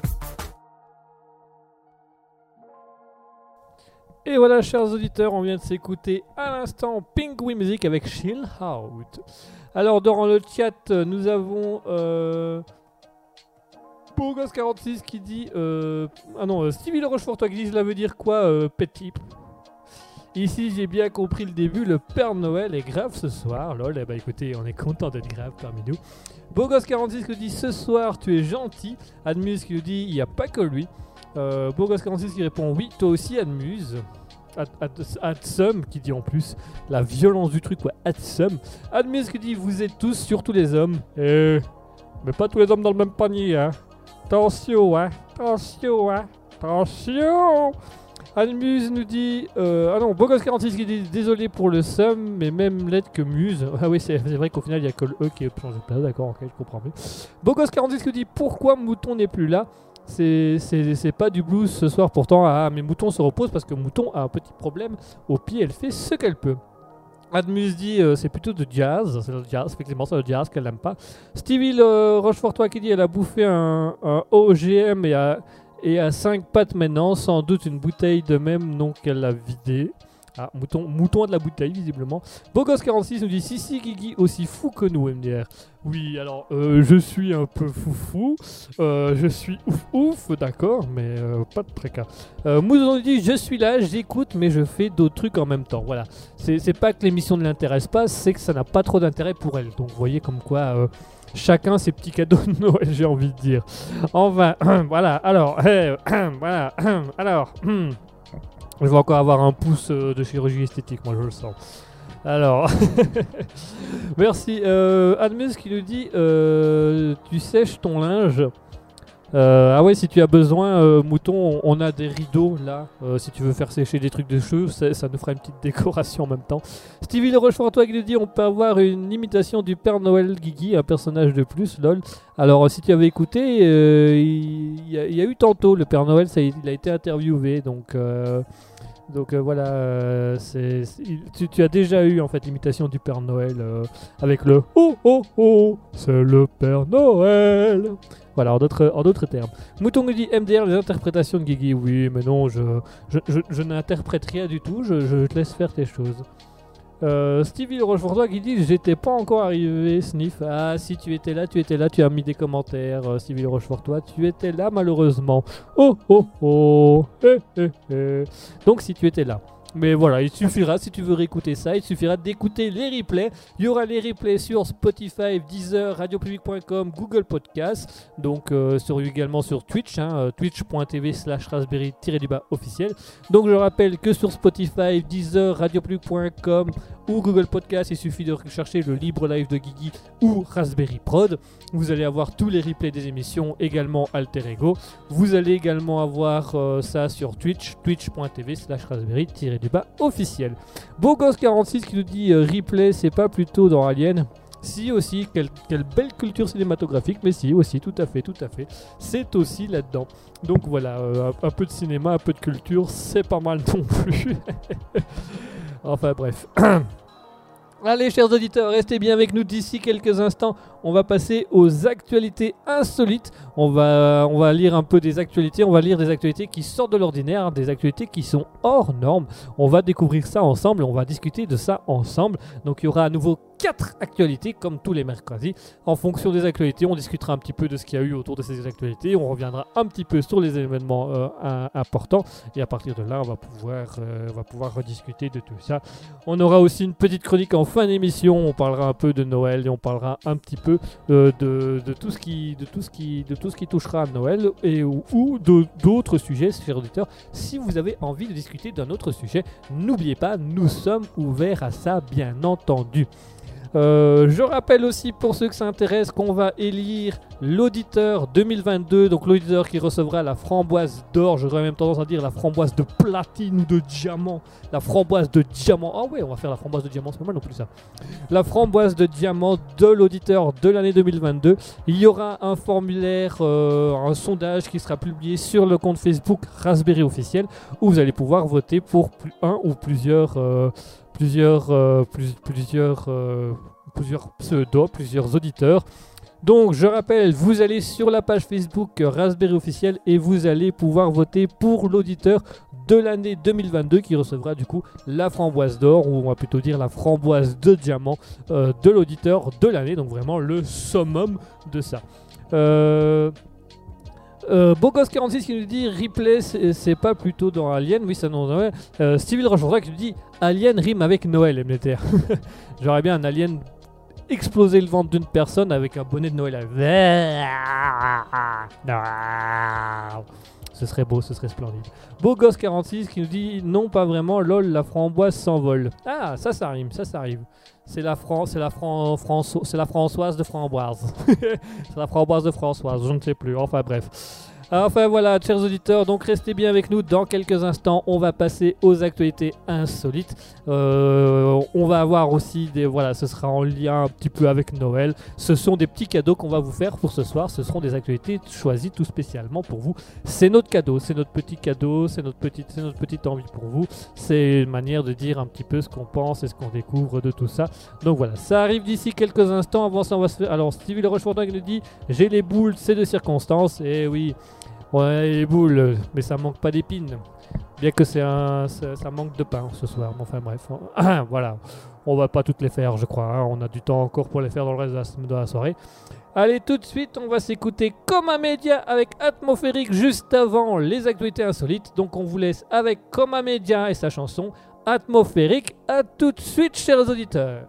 Et voilà, chers auditeurs, on vient de s'écouter à l'instant Penguin Music avec Chill Out. Alors, dans le chat, nous avons Bourgos46 qui dit Stevie Le Rochefortois qui dit cela veut dire quoi, petit? Ici, j'ai bien compris le début, le Père Noël est grave ce soir. Lol, écoutez, on est content d'être grave parmi nous. Bourgos46 qui dit ce soir, tu es gentil. Admuse qui nous dit il n'y a pas que lui. Bourgos46 qui répond oui, toi aussi Admuse. Adsum qui dit en plus la violence du truc, ouais, Adsum. Admuse qui dit vous êtes tous, surtout les hommes. Mais pas tous les hommes dans le même panier, hein. Attention. Admuse nous dit Bogos46 qui dit désolé pour le somme, mais même l'aide que Muse. Ah oui, c'est vrai qu'au final il n'y a que le E qui est changé de place, d'accord, ok, je comprends mieux. Bogos46 qui dit pourquoi Mouton n'est plus là. C'est pas du blues ce soir pourtant. Ah, mais Mouton se repose parce que Mouton a un petit problème au pied, elle fait ce qu'elle peut. Admuse dit c'est plutôt de jazz, c'est le jazz, effectivement c'est le jazz qu'elle n'aime pas. Stevie le Rochefortois qui dit elle a bouffé un OGM et à 5 pattes maintenant, sans doute une bouteille de même nom qu'elle a vidée. Ah, mouton a de la bouteille visiblement. Bogos46 nous dit si Guigui aussi fou que nous MDR. Oui, alors je suis un peu foufou, je suis ouf, d'accord, mais pas de préca. Mouzon nous dit je suis là, j'écoute, mais je fais d'autres trucs en même temps. Voilà, c'est pas que l'émission ne l'intéresse pas, c'est que ça n'a pas trop d'intérêt pour elle. Donc vous voyez comme quoi chacun ses petits cadeaux de Noël, j'ai envie de dire. Enfin, voilà, alors, voilà, alors... Je vais encore avoir un pouce de chirurgie esthétique, moi je le sens. Alors, merci. Admuse qui nous dit tu sèches ton linge. Ah ouais, si tu as besoin, Mouton, on a des rideaux là. Si tu veux faire sécher des trucs de cheveux, ça nous fera une petite décoration en même temps. Stevie Le Rochefortois qui nous dit on peut avoir une imitation du Père Noël Guigui, un personnage de plus, lol. Alors si tu avais écouté, il y a eu tantôt le Père Noël, il a été interviewé, donc voilà, tu as déjà eu en fait l'imitation du Père Noël avec le oh, c'est le Père Noël. Voilà, en d'autres termes. Mouton nous dit MDR, les interprétations de Guigui. Oui, mais non, je n'interprète rien du tout, je te laisse faire tes choses. Stevie Le Rochefortois qui dit j'étais pas encore arrivé, Sniff. Ah, si tu étais là, tu as mis des commentaires. Stevie Le Rochefortois, tu étais là malheureusement. Oh. Donc si tu étais là. Mais voilà, il suffira, si tu veux réécouter ça, il suffira d'écouter les replays. Il y aura les replays sur Spotify, Deezer, radiopublic.com, Google Podcast. Donc également sur Twitch, twitch.tv/raspberry-officiel. Donc je rappelle que sur Spotify, Deezer, radiopublic.com ou Google Podcast, il suffit de rechercher le libre live de Guigui ou Raspberry Prod. Vous allez avoir tous les replays des émissions, également Alter Ego. Vous allez également avoir ça sur Twitch, twitch.tv/raspberry-officiel. Bogos46 qui nous dit replay, c'est pas plutôt dans Alien? Si aussi, quelle belle culture cinématographique, mais si aussi, tout à fait, c'est aussi là-dedans. Donc voilà, un peu de cinéma, un peu de culture, c'est pas mal non plus. Enfin bref. Allez, chers auditeurs, restez bien avec nous d'ici quelques instants. On va passer aux actualités insolites. On va lire un peu des actualités. On va lire des actualités qui sortent de l'ordinaire, des actualités qui sont hors normes. On va découvrir ça ensemble. On va discuter de ça ensemble. Donc, il y aura à nouveau 4 actualités, comme tous les mercredis. En fonction des actualités, on discutera un petit peu de ce qu'il y a eu autour de ces actualités. On reviendra un petit peu sur les événements importants. Et à partir de là, on va pouvoir rediscuter de tout ça. On aura aussi une petite chronique en fin d'émission. On parlera un peu de Noël et on parlera un petit peu de tout ce qui touchera à Noël ou d'autres sujets, chers auditeurs. Si vous avez envie de discuter d'un autre sujet, n'oubliez pas, nous sommes ouverts à ça, bien entendu. Je rappelle aussi pour ceux que ça intéresse qu'on va élire l'auditeur 2022, donc l'auditeur qui recevra la framboise d'or, j'aurais même tendance à dire la framboise de platine ou de diamant, la framboise de diamant, ah ouais on va faire la framboise de diamant, c'est pas mal non plus ça, la framboise de diamant de l'auditeur de l'année 2022. Il y aura un formulaire, un sondage qui sera publié sur le compte Facebook Raspberry officiel où vous allez pouvoir voter pour un ou plusieurs pseudos, plusieurs auditeurs. Donc je rappelle, vous allez sur la page Facebook Raspberry officiel et vous allez pouvoir voter pour l'auditeur de l'année 2022 qui recevra du coup la framboise d'or, ou on va plutôt dire la framboise de diamant de l'auditeur de l'année, donc vraiment le summum de ça. Bogos46 qui nous dit Ripley, c'est pas plutôt dans Alien? Oui, ça non. Ouais. Stevie Rochefort qui nous dit Alien rime avec Noël, MDTR. J'aurais bien un alien exploser le ventre d'une personne avec un bonnet de Noël. Ce serait beau, ce serait splendide. Bogos46 qui nous dit non, pas vraiment, lol, la framboise s'envole. Ah, ça rime, ça arrive. C'est la Françoise de Framboise. C'est la framboise de Françoise, je ne sais plus. Enfin bref. Enfin voilà, chers auditeurs, donc restez bien avec nous. Dans quelques instants, on va passer aux actualités insolites. On va avoir aussi des... Voilà, ce sera en lien un petit peu avec Noël. Ce sont des petits cadeaux qu'on va vous faire pour ce soir. Ce seront des actualités choisies tout spécialement pour vous. C'est notre cadeau, c'est notre petit cadeau, c'est notre petite envie pour vous. C'est une manière de dire un petit peu ce qu'on pense et ce qu'on découvre de tout ça. Donc voilà, ça arrive d'ici quelques instants. Avant ça, on va se faire... Alors, Stevie Le Rochefort qui nous dit « J'ai les boules, c'est de circonstance. » Et oui... Ouais, les boules, mais ça manque pas d'épines. Bien que ça manque de pain ce soir. Enfin bref, voilà. On va pas toutes les faire, je crois. Hein. On a du temps encore pour les faire dans le reste de la soirée. Allez, tout de suite, on va s'écouter Coma Media avec Atmosphérique juste avant les actualités insolites. Donc on vous laisse avec Coma Media et sa chanson Atmosphérique. À tout de suite, chers auditeurs.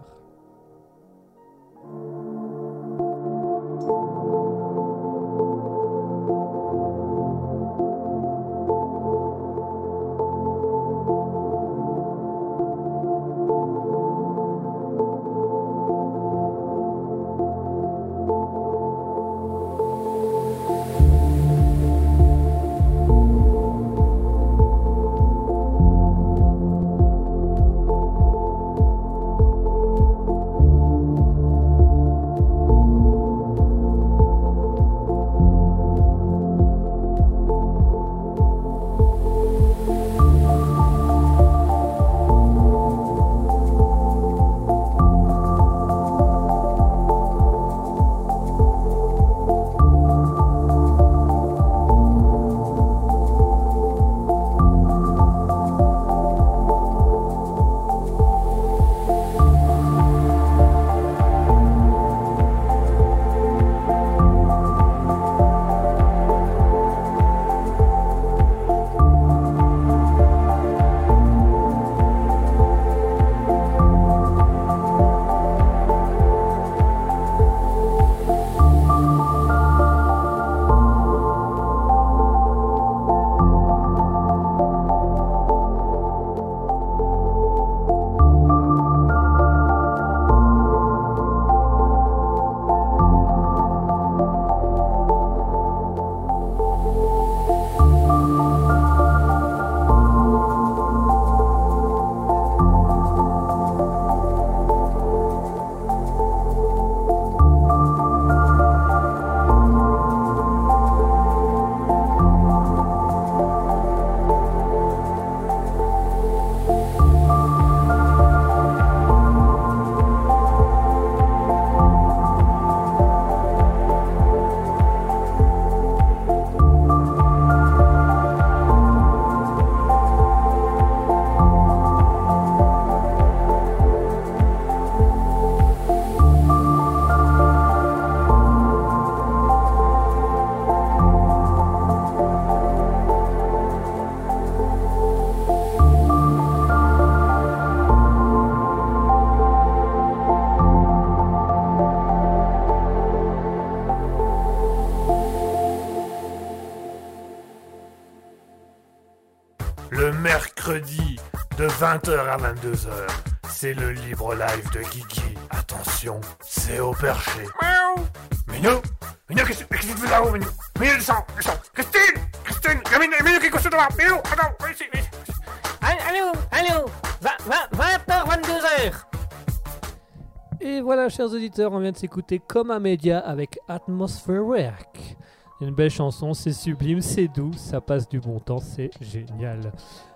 Le mercredi de 20h à 22h, c'est le libre live de Guigui. Attention, c'est au perché. Miaou. Minou, qu'est-ce que tu fais là-haut, Minou? Minou, descends. Christine, Minou qui est couché devant. Minou, attends, viens ici. Allô 20h, 22h. Et voilà, chers auditeurs, on vient de s'écouter Comme un média avec Atmospheric. Une belle chanson, c'est sublime, c'est doux, ça passe du bon temps, c'est génial.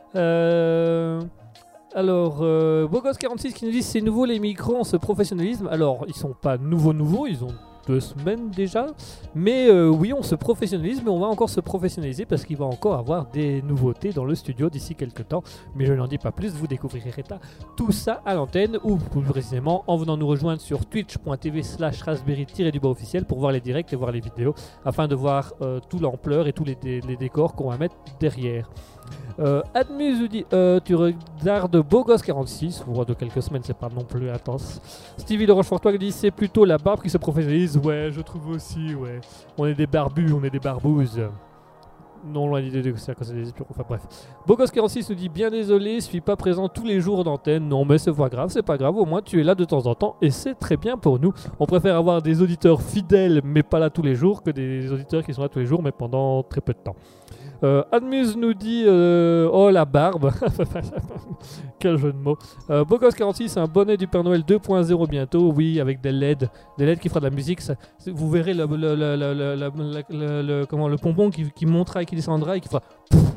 Alors, Bogos46 qui nous dit c'est nouveau les micros, on se professionnalise. Alors, ils sont pas nouveaux, ils ont 2 semaines déjà. Mais oui, on se professionnalise, mais on va encore se professionnaliser parce qu'il va encore avoir des nouveautés dans le studio d'ici quelques temps. Mais je n'en dis pas plus, vous découvrirez tout ça à l'antenne ou plus précisément en venant nous rejoindre sur twitch.tv/raspberry-du-bas officiel pour voir les directs et voir les vidéos afin de voir toute l'ampleur et tous les décors qu'on va mettre derrière. Admus nous dit tu regardes Bogos46, de quelques semaines, c'est pas non plus intense. Stevie de Rochefortois dit c'est plutôt la barbe qui se professionnalise. Ouais, je trouve aussi, ouais. On est des barbus, on est des barbouzes. Non, loin l'idée de ça, c'est des espions. Enfin bref. Bogos46 nous dit bien désolé, je suis pas présent tous les jours d'antenne. Non, mais c'est pas grave, au moins tu es là de temps en temps et c'est très bien pour nous. On préfère avoir des auditeurs fidèles mais pas là tous les jours que des auditeurs qui sont là tous les jours mais pendant très peu de temps. Admuse nous dit oh la barbe. Quel jeu de mots. Bogos46, un bonnet du Père Noël 2.0 bientôt. Oui, avec des LED qui fera de la musique. Ça, vous verrez le pompon qui montera et qui descendra et qui fera.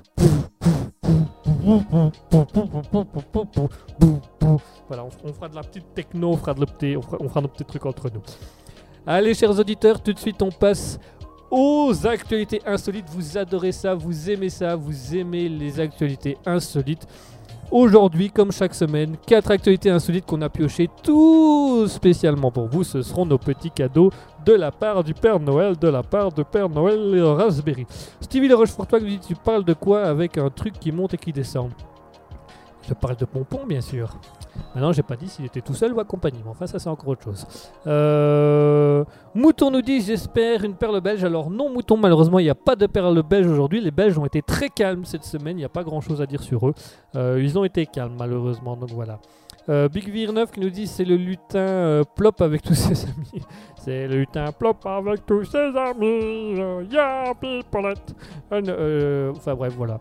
Voilà, on fera de la petite techno, on fera nos petits trucs entre nous. Allez, chers auditeurs, tout de suite on passe aux actualités insolites. Vous adorez ça, vous aimez les actualités insolites. Aujourd'hui, comme chaque semaine, 4 actualités insolites qu'on a piochées tout spécialement pour vous. Ce seront nos petits cadeaux de la part du Père Noël, de la part de Père Noël Raspberry. Stevie de Rochefortois nous dit tu parles de quoi avec un truc qui monte et qui descend? Je parle de Pompon, bien sûr. Maintenant, j'ai pas dit s'il était tout seul ou accompagné, mais enfin, ça c'est encore autre chose. Mouton nous dit j'espère une perle belge. Alors non, Mouton, malheureusement, il n'y a pas de perle belge aujourd'hui. Les Belges ont été très calmes cette semaine, il n'y a pas grand chose à dire sur eux. Ils ont été calmes, malheureusement, donc voilà. Big Vir 9 qui nous dit c'est le lutin plop avec tous ses amis. C'est le lutin plop avec tous ses amis. Yeah, pipolette. Enfin bref, voilà.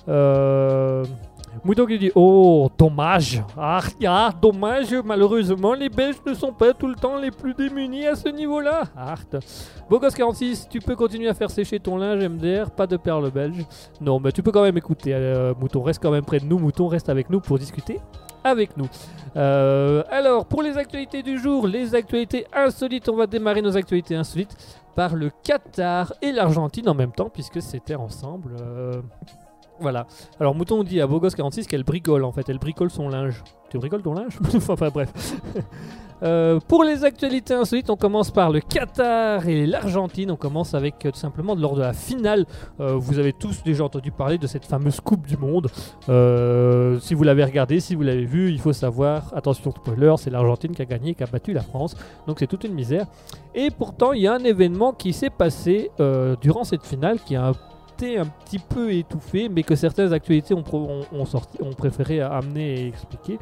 Mouton qui dit oh dommage, dommage, malheureusement les Belges ne sont pas tout le temps les plus démunis à ce niveau-là. Bogos46, tu peux continuer à faire sécher ton linge MDR, pas de perles belges. Non, mais tu peux quand même écouter. Mouton, reste quand même près de nous. Mouton, reste avec nous pour discuter avec nous. Alors, pour les actualités du jour, les actualités insolites, on va démarrer nos actualités insolites par le Qatar et l'Argentine en même temps, puisque c'était ensemble. Voilà. Alors Mouton dit à Bogos46 qu'elle bricole en fait, elle bricole son linge. Tu bricoles ton linge? Enfin bref. Pour les actualités insolites, on commence par le Qatar et l'Argentine. On commence avec tout simplement lors de la finale. Vous avez tous déjà entendu parler de cette fameuse Coupe du Monde. Si vous l'avez regardé, si vous l'avez vu, il faut savoir, attention spoiler, c'est l'Argentine qui a gagné, qui a battu la France. Donc c'est toute une misère. Et pourtant, il y a un événement qui s'est passé durant cette finale qui a un petit peu étouffé, mais que certaines actualités ont préféré amener et expliquer.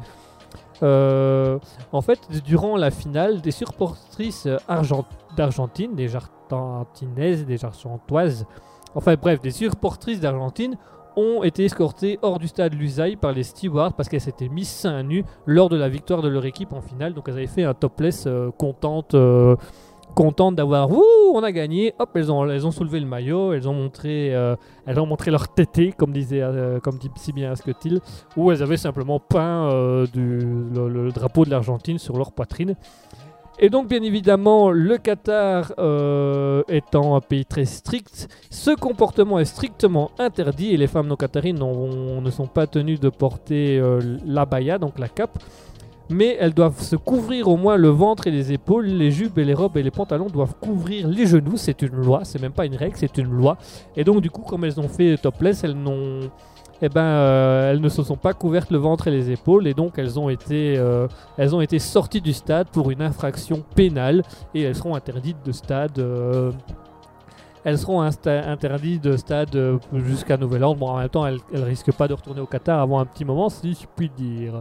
En fait, durant la finale, des supportrices d'Argentine, des argentinaises, des argentoises, enfin bref, des supportrices d'Argentine ont été escortées hors du stade Lusail par les stewards parce qu'elles s'étaient mises seins nus lors de la victoire de leur équipe en finale. Donc elles avaient fait un topless contentes d'avoir on a gagné, hop, elles ont soulevé le maillot, elles ont montré leur tété comme dit si bien Asketil, où elles avaient simplement peint le drapeau de l'Argentine sur leur poitrine. Et donc bien évidemment le Qatar étant un pays très strict, ce comportement est strictement interdit et les femmes non qatarines ne sont pas tenues de porter l'abaya, donc la cape. Mais elles doivent se couvrir au moins le ventre et les épaules, les jupes et les robes et les pantalons doivent couvrir les genoux, c'est une loi, c'est même pas une règle, c'est une loi. Et donc du coup, comme elles ont fait topless, elles ne se sont pas couvertes le ventre et les épaules et donc elles ont été sorties du stade pour une infraction pénale et elles seront interdites de stade elles seront interdites de stade jusqu'à nouvel ordre. Bon, en même temps, elles risquent pas de retourner au Qatar avant un petit moment, si je puis dire.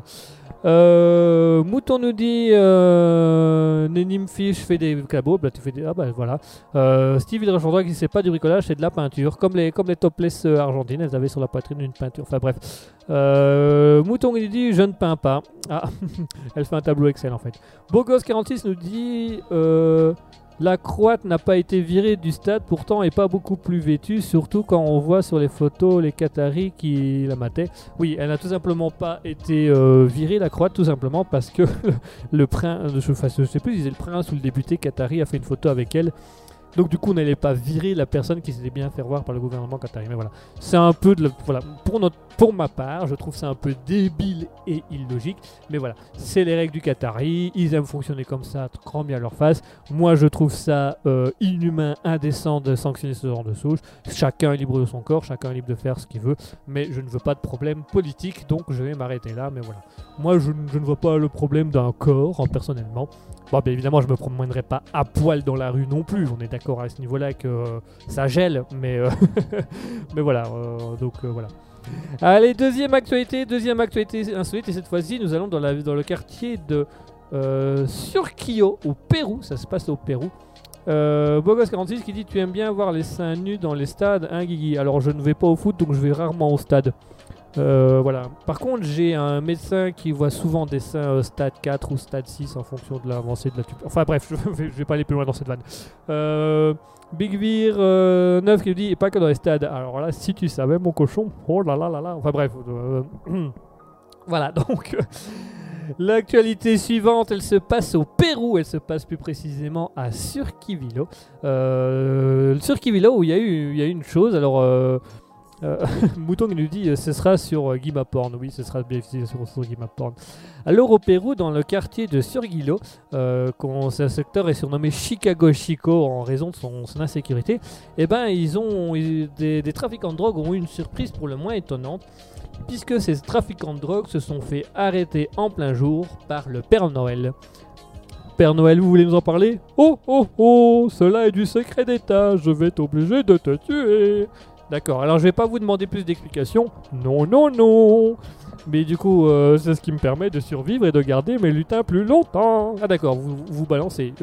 Mouton nous dit Nenim Fish fait des cabots. Bah, tu fais des... Ah bah voilà. Steve il rejoindra qu'il sait pas du bricolage, c'est de la peinture. Comme les topless argentines, elles avaient sur la poitrine une peinture. Enfin bref. Mouton il dit je ne peins pas. Ah, elle fait un tableau Excel en fait. Bogos46 nous dit la Croate n'a pas été virée du stade, pourtant est pas beaucoup plus vêtue, surtout quand on voit sur les photos les Qataris qui la mataient. Oui, elle n'a tout simplement pas été virée, la Croate, tout simplement parce que le prince, je sais plus, il disait le prince ou le député qatari a fait une photo avec elle. Donc du coup, on n'allait pas virer la personne qui s'était bien fait voir par le gouvernement qatari. Mais voilà, c'est un peu de voilà, pour ma part, je trouve ça un peu débile et illogique. Mais voilà, c'est les règles du Qatari. Ils aiment fonctionner comme ça, grand bien à leur face. Moi, je trouve ça inhumain, indécent de sanctionner ce genre de souche. Chacun est libre de son corps, chacun est libre de faire ce qu'il veut. Mais je ne veux pas de problème politique, donc je vais m'arrêter là. Mais voilà, moi, je ne vois pas le problème d'un corps, personnellement. Bon, bien évidemment, je me promènerai pas à poil dans la rue non plus. On est d'accord à ce niveau-là que ça gèle, mais mais voilà. Donc voilà. Allez, deuxième actualité insolite. Et cette fois-ci, nous allons dans le quartier de Surquillo, au Pérou. Ça se passe au Pérou. Bogos46 qui dit tu aimes bien voir les seins nus dans les stades, hein Guigui? Alors je ne vais pas au foot, donc je vais rarement au stade. Voilà. Par contre, j'ai un médecin qui voit souvent des seins stade 4 ou stade 6 en fonction de l'avancée de la tube. Enfin bref, je vais pas aller plus loin dans cette vanne. Big Vir 9 qui dit et pas que dans les stades. Alors là, si tu savais mon cochon, oh là là là là. Enfin bref. Voilà, donc l'actualité suivante, elle se passe au Pérou. Elle se passe plus précisément à Surquillo. Surquillo où il y a eu une chose. Alors Mouton qui nous dit ce sera sur Gimaporn. Oui, ce sera bien sur Gimaporn. Alors au Pérou, dans le quartier de Surquillo, ce secteur est surnommé Chicago Chico en raison de son insécurité. Et ben des trafiquants de drogue ont eu une surprise pour le moins étonnante, puisque ces trafiquants de drogue se sont fait arrêter en plein jour par le Père Noël. Père Noël, vous voulez nous en parler? Oh oh oh, cela est du secret d'État, je vais t'obliger de te tuer. D'accord, alors je vais pas vous demander plus d'explications. Non, non, non. Mais du coup, c'est ce qui me permet de survivre et de garder mes lutins plus longtemps. Ah d'accord, vous balancez.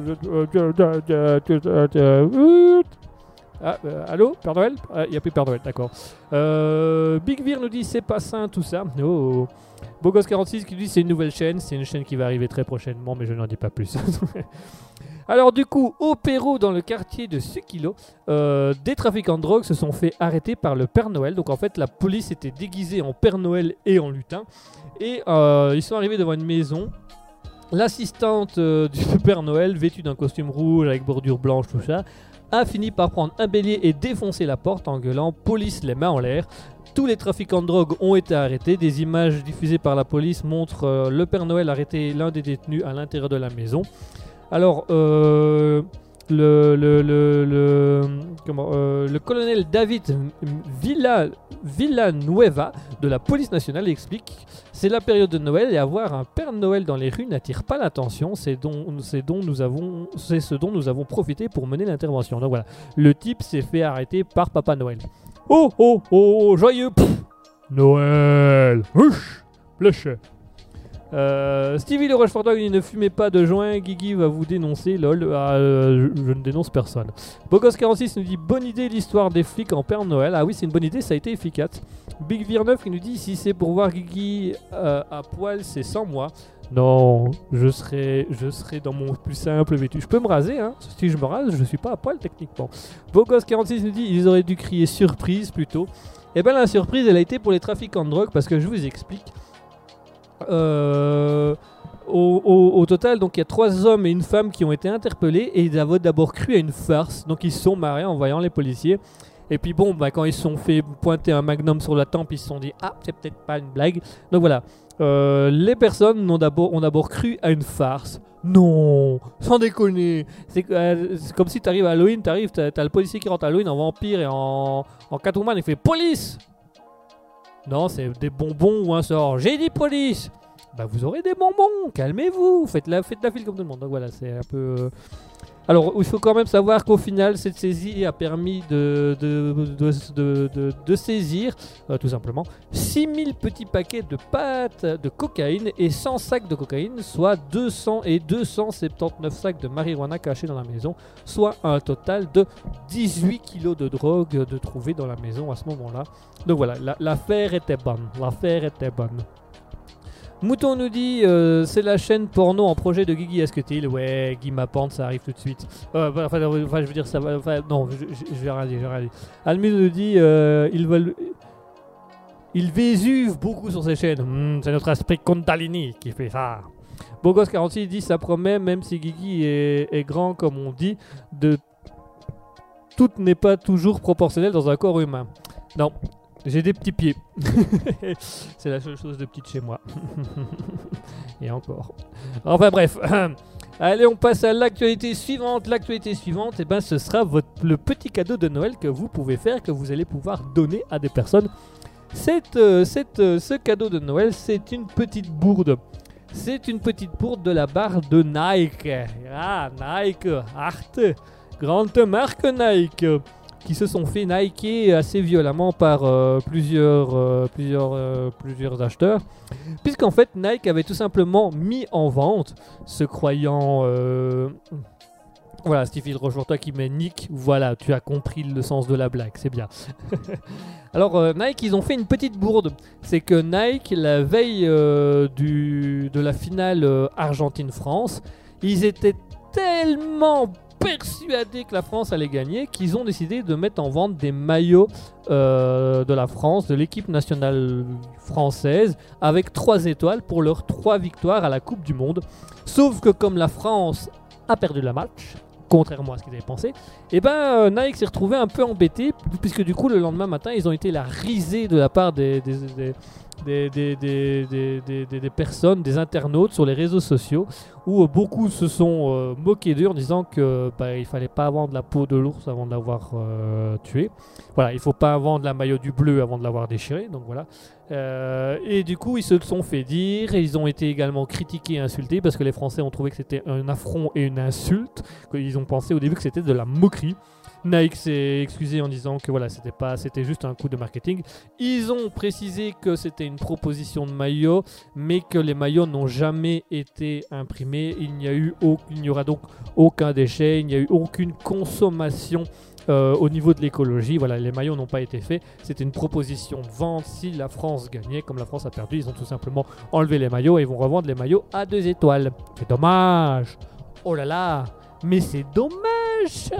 Ah, allô, Père Noël? Il n'y a plus Père Noël, d'accord. Big Vir nous dit c'est pas sain tout ça. Oh. Bogos46 qui dit c'est une nouvelle chaîne. C'est une chaîne qui va arriver très prochainement, mais je n'en dis pas plus. Alors du coup, au Pérou, dans le quartier de Surquillo, des trafiquants de drogue se sont fait arrêter par le Père Noël. Donc en fait, la police était déguisée en Père Noël et en lutin. Et ils sont arrivés devant une maison. L'assistante du Père Noël, vêtue d'un costume rouge avec bordure blanche, tout ça, a fini par prendre un bélier et défoncer la porte en gueulant « Police, les mains en l'air ». Tous les trafiquants de drogue ont été arrêtés. Des images diffusées par la police montrent le Père Noël arrêter l'un des détenus à l'intérieur de la maison. Alors, le colonel David Villanueva de la police nationale explique « C'est la période de Noël et avoir un Père Noël dans les rues n'attire pas l'attention. C'est ce dont nous avons profité pour mener l'intervention. » Donc voilà, le type s'est fait arrêter par Papa Noël. Oh oh oh, joyeux Noël. Huch, pléché. Stevie le Rochefort il ne fumez pas de joint, Guigui va vous dénoncer, lol. Je ne dénonce personne. Bogos46 nous dit bonne idée l'histoire des flics en Père Noël. Ah oui, c'est une bonne idée, ça a été efficace. Big Vir 9 qui nous dit si c'est pour voir Guigui à poil, c'est sans moi. Non, je serai dans mon plus simple vêtu. Je peux me raser, hein. Si je me rase, je suis pas à poil techniquement. Bogos46 nous dit ils auraient dû crier surprise plutôt. Et ben la surprise, elle a été pour les trafiquants de drogue parce que je vous explique. Au total, donc il y a 3 hommes et une femme qui ont été interpellés et ils avaient d'abord cru à une farce, donc ils se sont marrés en voyant les policiers. Et puis bon, quand ils se sont fait pointer un magnum sur la tempe, ils se sont dit ah c'est peut-être pas une blague. Donc voilà, les personnes ont d'abord cru à une farce. Non, sans déconner. C'est comme si t'arrives à Halloween, t'as le policier qui rentre à Halloween en vampire et en Catwoman, il fait police. Non, c'est des bonbons ou un sort. J'ai dit police. Bah vous aurez des bonbons, calmez-vous, faites la file comme tout le monde. Donc voilà, c'est un peu... Alors, il faut quand même savoir qu'au final, cette saisie a permis de saisir, tout simplement, 6000 petits paquets de pâtes de cocaïne et 100 sacs de cocaïne, soit 200 et 279 sacs de marijuana cachés dans la maison, soit un total de 18 kilos de drogue de trouvés dans la maison à ce moment-là. Donc voilà, l'affaire était bonne. Mouton nous dit c'est la chaîne porno en projet de Guigui Asketil. Ouais, Guy Mapante, ça arrive tout de suite. Enfin, je veux dire, ça va. Non, je vais rien dire. Almir nous dit il vésuve beaucoup sur ses chaînes. C'est notre esprit Kundalini qui fait ça. Bogos46 dit ça promet, même si Guigui est grand, comme on dit, tout n'est pas toujours proportionnel dans un corps humain. Non. J'ai des petits pieds. C'est la seule chose de petite chez moi. Et encore. Enfin bref. Allez, on passe à l'actualité suivante. L'actualité suivante, ce sera le petit cadeau de Noël que vous pouvez faire, que vous allez pouvoir donner à des personnes. Ce cadeau de Noël, c'est une petite bourde. C'est une petite bourde de la barre de Nike. Ah, Nike, Arte, grande marque Nike. Qui se sont fait niker assez violemment par plusieurs acheteurs, puisqu'en fait Nike avait tout simplement mis en vente, se croyant voilà, Stevie Rochefortois qui met Nick, voilà, tu as compris le sens de la blague, c'est bien. Alors Nike, ils ont fait une petite bourde, c'est que Nike, la veille de la finale Argentine-France, ils étaient tellement persuadés que la France allait gagner, qu'ils ont décidé de mettre en vente des maillots de la France, de l'équipe nationale française, avec 3 étoiles pour leurs 3 victoires à la Coupe du Monde. Sauf que comme la France a perdu le match, contrairement à ce qu'ils avaient pensé, et Nike s'est retrouvé un peu embêté, puisque du coup le lendemain matin, ils ont été la risée de la part des personnes, des internautes sur les réseaux sociaux, où beaucoup se sont moqués d'eux en disant que il fallait pas vendre la peau de l'ours avant de l'avoir tué. Voilà, il faut pas vendre la maillot du bleu avant de l'avoir déchiré. Donc voilà. Et du coup, ils se sont fait dire, et ils ont été également critiqués et insultés parce que les Français ont trouvé que c'était un affront et une insulte. Ils ont pensé au début que c'était de la moquerie. Nike s'est excusé en disant que voilà, c'était juste un coup de marketing. Ils ont précisé que c'était une proposition de maillot, mais que les maillots n'ont jamais été imprimés. Il n'y aura donc aucun déchet, il n'y a eu aucune consommation au niveau de l'écologie. Voilà, les maillots n'ont pas été faits. C'était une proposition de vente si la France gagnait. Comme la France a perdu, ils ont tout simplement enlevé les maillots et ils vont revendre les maillots à 2 étoiles. C'est dommage. Oh là là, mais c'est dommage.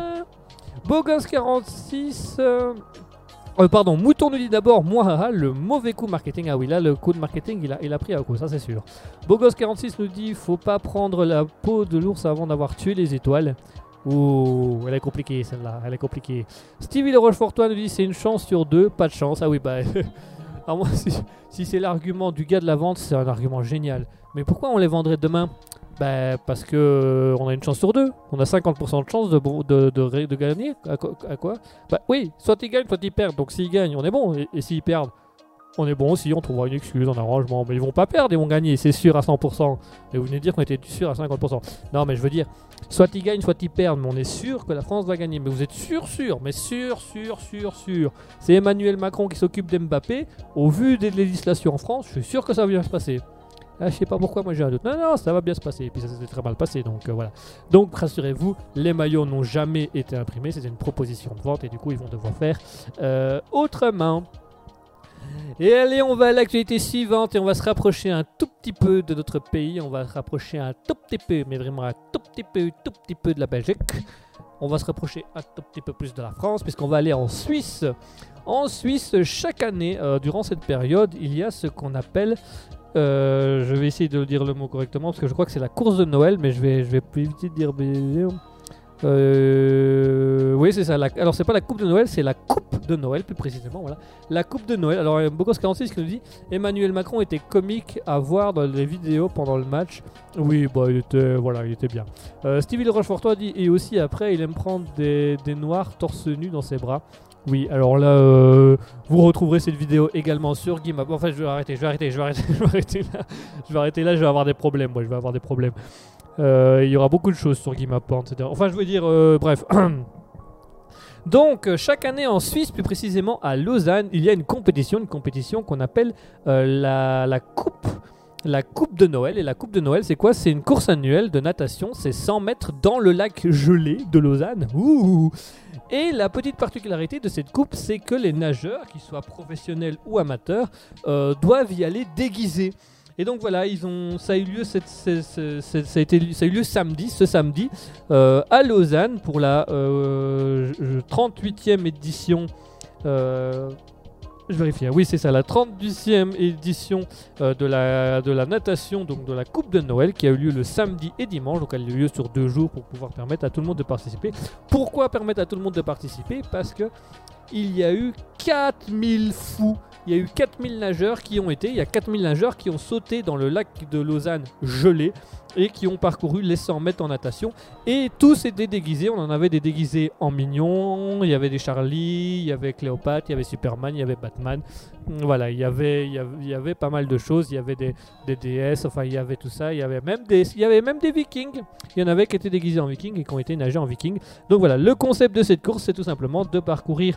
Bogos46 pardon, Mouton nous dit d'abord moi le mauvais coup marketing. Ah oui, là le coup de marketing il a pris un coup, ça c'est sûr. Bogos46 nous dit faut pas prendre la peau de l'ours avant d'avoir tué les étoiles. Ouh, elle est compliquée celle-là, elle est compliquée. Stevie de Rochefortois nous dit c'est une chance sur 2, pas de chance. Ah oui, alors moi, si c'est l'argument du gars de la vente, c'est un argument génial. Mais pourquoi on les vendrait demain ? Parce que on a une chance sur 2. On a 50% de chance de gagner. À quoi ? Oui, soit ils gagnent, soit ils perdent. Donc s'ils gagnent, on est bon. Et s'ils perdent, on est bon aussi. On trouvera une excuse, un arrangement. Mais ils vont pas perdre, ils vont gagner. C'est sûr à 100%. Et vous venez de dire qu'on était sûr à 50%. Non, mais je veux dire, soit ils gagnent, soit ils perdent. Mais on est sûr que la France va gagner. Mais vous êtes sûr. Mais sûr. C'est Emmanuel Macron qui s'occupe d'Mbappé. Au vu des législations en France, je suis sûr que ça va bien se passer. Ah, je sais pas pourquoi, moi j'ai un doute. Non, ça va bien se passer. Et puis ça s'est très mal passé, donc voilà. Donc rassurez-vous, les maillots n'ont jamais été imprimés. C'était une proposition de vente et du coup ils vont devoir faire autrement. Et allez, on va à l'actualité suivante et on va se rapprocher un tout petit peu de notre pays. On va se rapprocher un tout petit peu, mais vraiment un tout petit peu de la Belgique. On va se rapprocher un tout petit peu plus de la France puisqu'on va aller en Suisse. En Suisse, chaque année, durant cette période, il y a ce qu'on appelle... je vais essayer de dire le mot correctement parce que je crois que c'est la course de Noël, mais je vais plus éviter de dire oui, c'est ça. Alors c'est pas la coupe de Noël, c'est la coupe de Noël plus précisément. Voilà, la coupe de Noël. Alors Bogos46 qui nous dit Emmanuel Macron était comique à voir dans les vidéos pendant le match. Oui, il était bien. Stevie de Rochefortois dit et aussi après il aime prendre des noirs torse nu dans ses bras. Oui, alors là, vous retrouverez cette vidéo également sur Guimap. Enfin, je vais arrêter là. Je vais avoir des problèmes, moi, Il y aura beaucoup de choses sur Guimapente, etc. Enfin, je veux dire, bref. Donc, chaque année en Suisse, plus précisément à Lausanne, il y a une compétition qu'on appelle la Coupe de Noël. Et la Coupe de Noël, c'est quoi? C'est une course annuelle de natation. C'est 100 mètres dans le lac gelé de Lausanne. Ouh. Et la petite particularité de cette coupe, c'est que les nageurs, qu'ils soient professionnels ou amateurs, doivent y aller déguisés. Et donc voilà, ça a eu lieu, ça a eu lieu ce samedi, à Lausanne pour la 38e édition. Je vérifie, oui c'est ça, la 38e édition de la natation, donc de la Coupe de Noël, qui a eu lieu le samedi et dimanche, donc elle a eu lieu sur 2 jours pour pouvoir permettre à tout le monde de participer. Pourquoi permettre à tout le monde de participer? Parce que il y a eu 4000 fous. Il y a eu 4000 nageurs qui ont été, il y a 4000 nageurs qui ont sauté dans le lac de Lausanne gelé et qui ont parcouru les 100 mètres en natation. Et tous étaient déguisés, on en avait des déguisés en mignons, il y avait des Charlie, il y avait Cléopâtre, il y avait Superman, il y avait Batman. Voilà, il y avait pas mal de choses, il y avait des déesses, enfin il y avait tout ça, il y avait même des vikings. Il y en avait qui étaient déguisés en vikings et qui ont été nagés en vikings. Donc voilà, le concept de cette course, c'est tout simplement de parcourir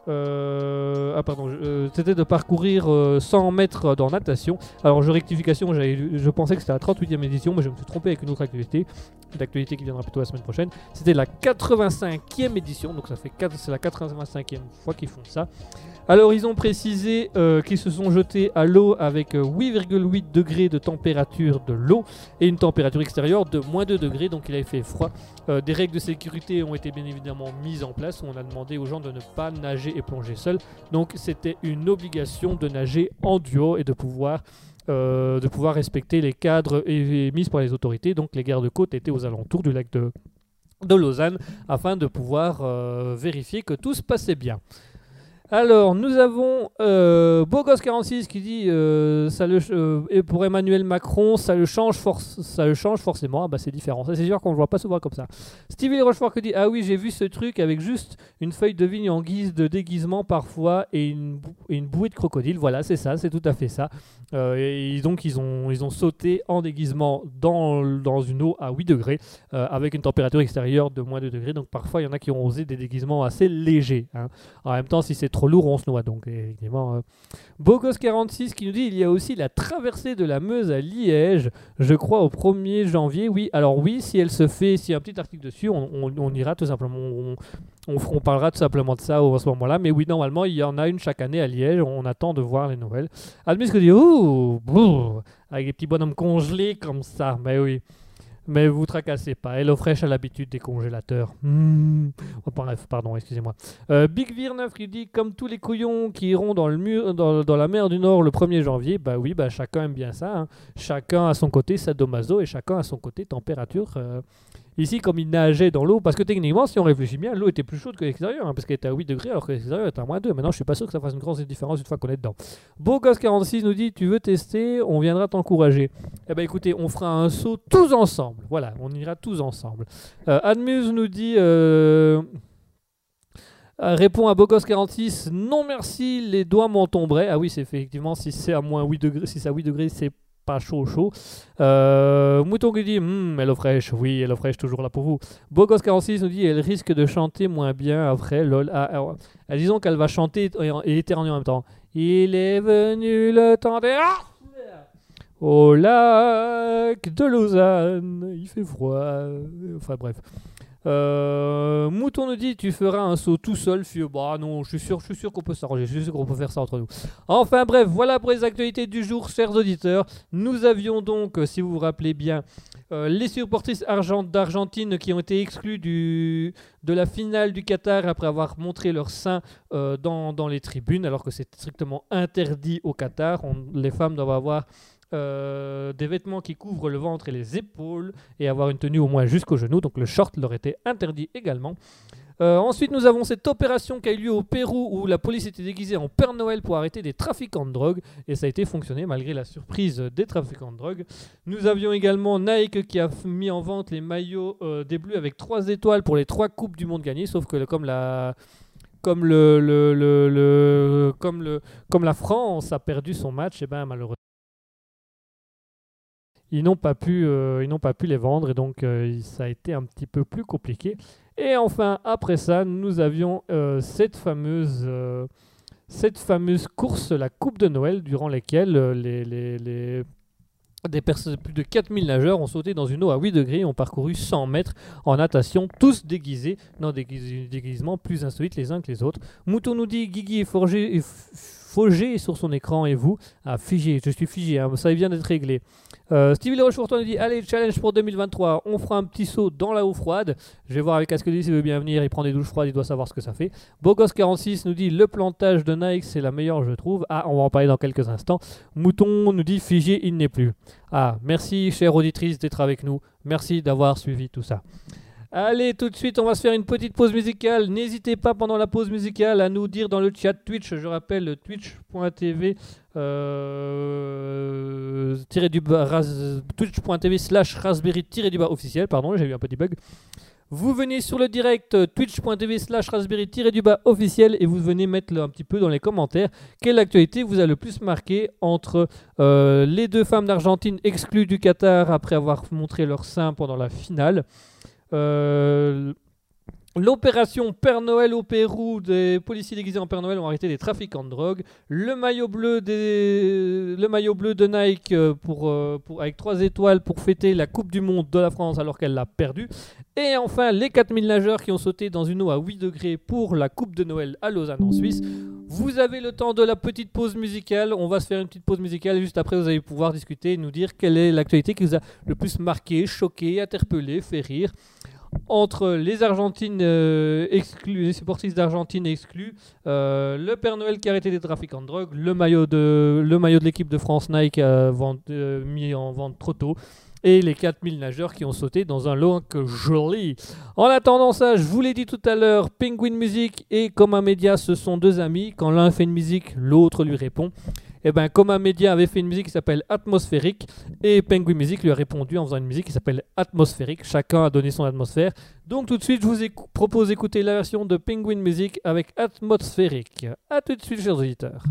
c'était de parcourir 100 mètres dans natation. Alors rectification, je pensais que c'était la 38e édition, mais je me suis trompé avec une autre activité, l'actualité qui viendra plutôt la semaine prochaine. C'était la 85e édition, donc c'est la 85e fois qu'ils font ça. Alors ils ont précisé qu'ils se sont jetés à l'eau avec 8,8 degrés de température de l'eau et une température extérieure de moins 2 degrés, donc il avait fait froid. Des règles de sécurité ont été bien évidemment mises en place, où on a demandé aux gens de ne pas nager et plonger seuls. Donc c'était une obligation de nager en duo et de pouvoir respecter les cadres émis par les autorités. Donc les gardes-côtes étaient aux alentours du lac de Lausanne afin de pouvoir vérifier que tout se passait bien. Alors, nous avons Bogos46 qui dit et pour Emmanuel Macron, ça le change forcément. Ah bah c'est différent, ça c'est sûr qu'on ne le voit pas souvent comme ça. Stevie Rochefort qui dit ah oui, j'ai vu ce truc avec juste une feuille de vigne en guise de déguisement parfois et une bouée de crocodile. Voilà, c'est ça, c'est tout à fait ça. Et donc ils ont sauté en déguisement dans une eau à 8 degrés avec une température extérieure de moins 2 degrés. Donc parfois il y en a qui ont osé des déguisements assez légers. Hein. En même temps, si c'est trop lourd, on se noie. Donc effectivement, Bogos46 qui nous dit il y a aussi la traversée de la Meuse à Liège, je crois au 1er janvier. Oui, alors oui, si elle se fait, s'il y a un petit article dessus, on ira tout simplement. On parlera tout simplement de ça à ce moment-là. Mais oui, normalement, il y en a une chaque année à Liège. On attend de voir les nouvelles. Admis que dit ouh, avec des petits bonhommes congelés comme ça. Mais oui. Mais vous tracassez pas. HelloFresh a l'habitude des congélateurs. Oh, bref, pardon, excusez-moi. Big Vir9 qui dit comme tous les couillons qui iront dans la mer du Nord le 1er janvier. Bah oui, bah chacun aime bien ça. Hein. Chacun a son côté sadomaso et chacun a son côté température. Ici, comme il nageait dans l'eau, parce que techniquement, si on réfléchit bien, l'eau était plus chaude que l'extérieur, hein, parce qu'elle était à 8 degrés, alors que l'extérieur était à moins 2. Maintenant, je suis pas sûr que ça fasse une grosse différence une fois qu'on est dedans. Bogos46 nous dit tu veux tester, on viendra t'encourager. Eh ben écoutez, on fera un saut tous ensemble. Voilà, on ira tous ensemble. Admuse nous dit répond à Bogos46 non merci, les doigts m'en tomberaient. Ah oui, c'est effectivement, si c'est à moins 8 degrés, si c'est à 8 degrés, c'est pas chaud. Mouton qui dit HelloFresh, oui, HelloFresh toujours là pour vous. Bogos46 nous dit elle risque de chanter moins bien après, lol. Disons qu'elle va chanter et éternuer en même temps. Il est venu le temps des... Au lac de Lausanne, il fait froid. Enfin bref. Mouton nous dit tu feras un saut tout seul, fieu. Bah non, je suis sûr qu'on peut s'arranger, je suis sûr qu'on peut faire ça entre nous. Enfin bref, voilà pour les actualités du jour, chers auditeurs. Nous avions donc, si vous vous rappelez bien, les supporters d'Argentine qui ont été exclus de la finale du Qatar après avoir montré leur sein dans les tribunes, alors que c'est strictement interdit au Qatar. Les femmes doivent avoir des vêtements qui couvrent le ventre et les épaules et avoir une tenue au moins jusqu'aux genoux, donc le short leur était interdit également. Ensuite nous avons cette opération qui a eu lieu au Pérou où la police était déguisée en Père Noël pour arrêter des trafiquants de drogue et ça a été fonctionné malgré la surprise des trafiquants de drogue. Nous avions également Nike qui a mis en vente les maillots des Bleus avec 3 étoiles pour les 3 coupes du monde gagnées, sauf que comme la France a perdu son match, et ben malheureusement ils n'ont pas pu les vendre et donc ça a été un petit peu plus compliqué. Et enfin, après ça, nous avions cette fameuse course, la Coupe de Noël, durant laquelle plus de 4000 nageurs ont sauté dans une eau à 8 degrés et ont parcouru 100 mètres en natation, tous déguisés dans des déguisements plus insolites les uns que les autres. Mouton nous dit Guigui est Fogé sur son écran et vous figé, je suis figé, hein, ça vient d'être réglé. Stevie Le Rochefortois nous dit allez, challenge pour 2023, on fera un petit saut dans la eau froide. Je vais voir avec Ascodie s'il veut bien venir, il prend des douches froides, il doit savoir ce que ça fait. Bogos46 nous dit le plantage de Nike c'est la meilleure je trouve. On va en parler dans quelques instants. Mouton nous dit figé, il n'est plus. Merci chère auditrice d'être avec nous, merci d'avoir suivi tout ça. Allez, tout de suite, on va se faire une petite pause musicale. N'hésitez pas pendant la pause musicale à nous dire dans le chat Twitch, je rappelle twitch.tv twitch.tv/raspberry officiel, pardon, j'ai eu un petit bug. Vous venez sur le direct twitch.tv/raspberry officiel et vous venez mettre un petit peu dans les commentaires quelle actualité vous a le plus marqué entre les deux femmes d'Argentine exclues du Qatar après avoir montré leur sein pendant la finale. L'opération Père Noël au Pérou, des policiers déguisés en Père Noël ont arrêté des trafiquants de drogue. Le maillot bleu de Nike avec 3 étoiles pour fêter la Coupe du Monde de la France alors qu'elle l'a perdue. Et enfin, les 4000 nageurs qui ont sauté dans une eau à 8 degrés pour la Coupe de Noël à Lausanne en Suisse. Vous avez le temps de la petite pause musicale. On va se faire une petite pause musicale. Juste après, vous allez pouvoir discuter et nous dire quelle est l'actualité qui vous a le plus marqué, choqué, interpellé, fait rire. Entre les Argentines exclus, les supporters d'Argentine exclus, le Père Noël qui a arrêté des trafiquants de drogue, le maillot de l'équipe de France Nike mis en vente trop tôt, et les 4000 nageurs qui ont sauté dans un lac joli. En attendant ça, je vous l'ai dit tout à l'heure, Penguin Music et Coma Media, ce sont deux amis. Quand l'un fait une musique, l'autre lui répond. Et bien, Coma Media avait fait une musique qui s'appelle Atmosphérique et Penguin Music lui a répondu en faisant une musique qui s'appelle Atmosphérique. Chacun a donné son atmosphère. Donc tout de suite, je vous propose d'écouter la version de Penguin Music avec Atmosphérique. A tout de suite, chers auditeurs.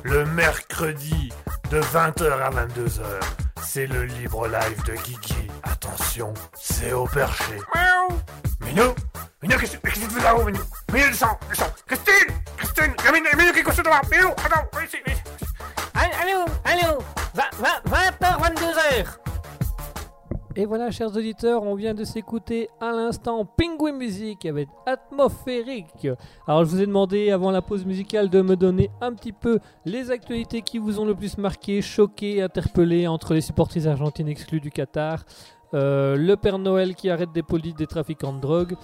le mercredi de 20h à 22h. C'est le libre live de Guigui. Attention, c'est au perché. Miaou. Minou, qu'est-ce que tu fais là-haut, Minou? Minou, descends. Christine, Minou qui est couché devant. Minou, attends, viens ici. Allô 20h, 22h. Et voilà, chers auditeurs, on vient de s'écouter à l'instant Penguin Music avec Atmosphérique. Alors, je vous ai demandé avant la pause musicale de me donner un petit peu les actualités qui vous ont le plus marqué, choqué, interpellé entre les supportrices argentines exclues du Qatar. Le Père Noël qui arrête des polices des trafiquants de drogue,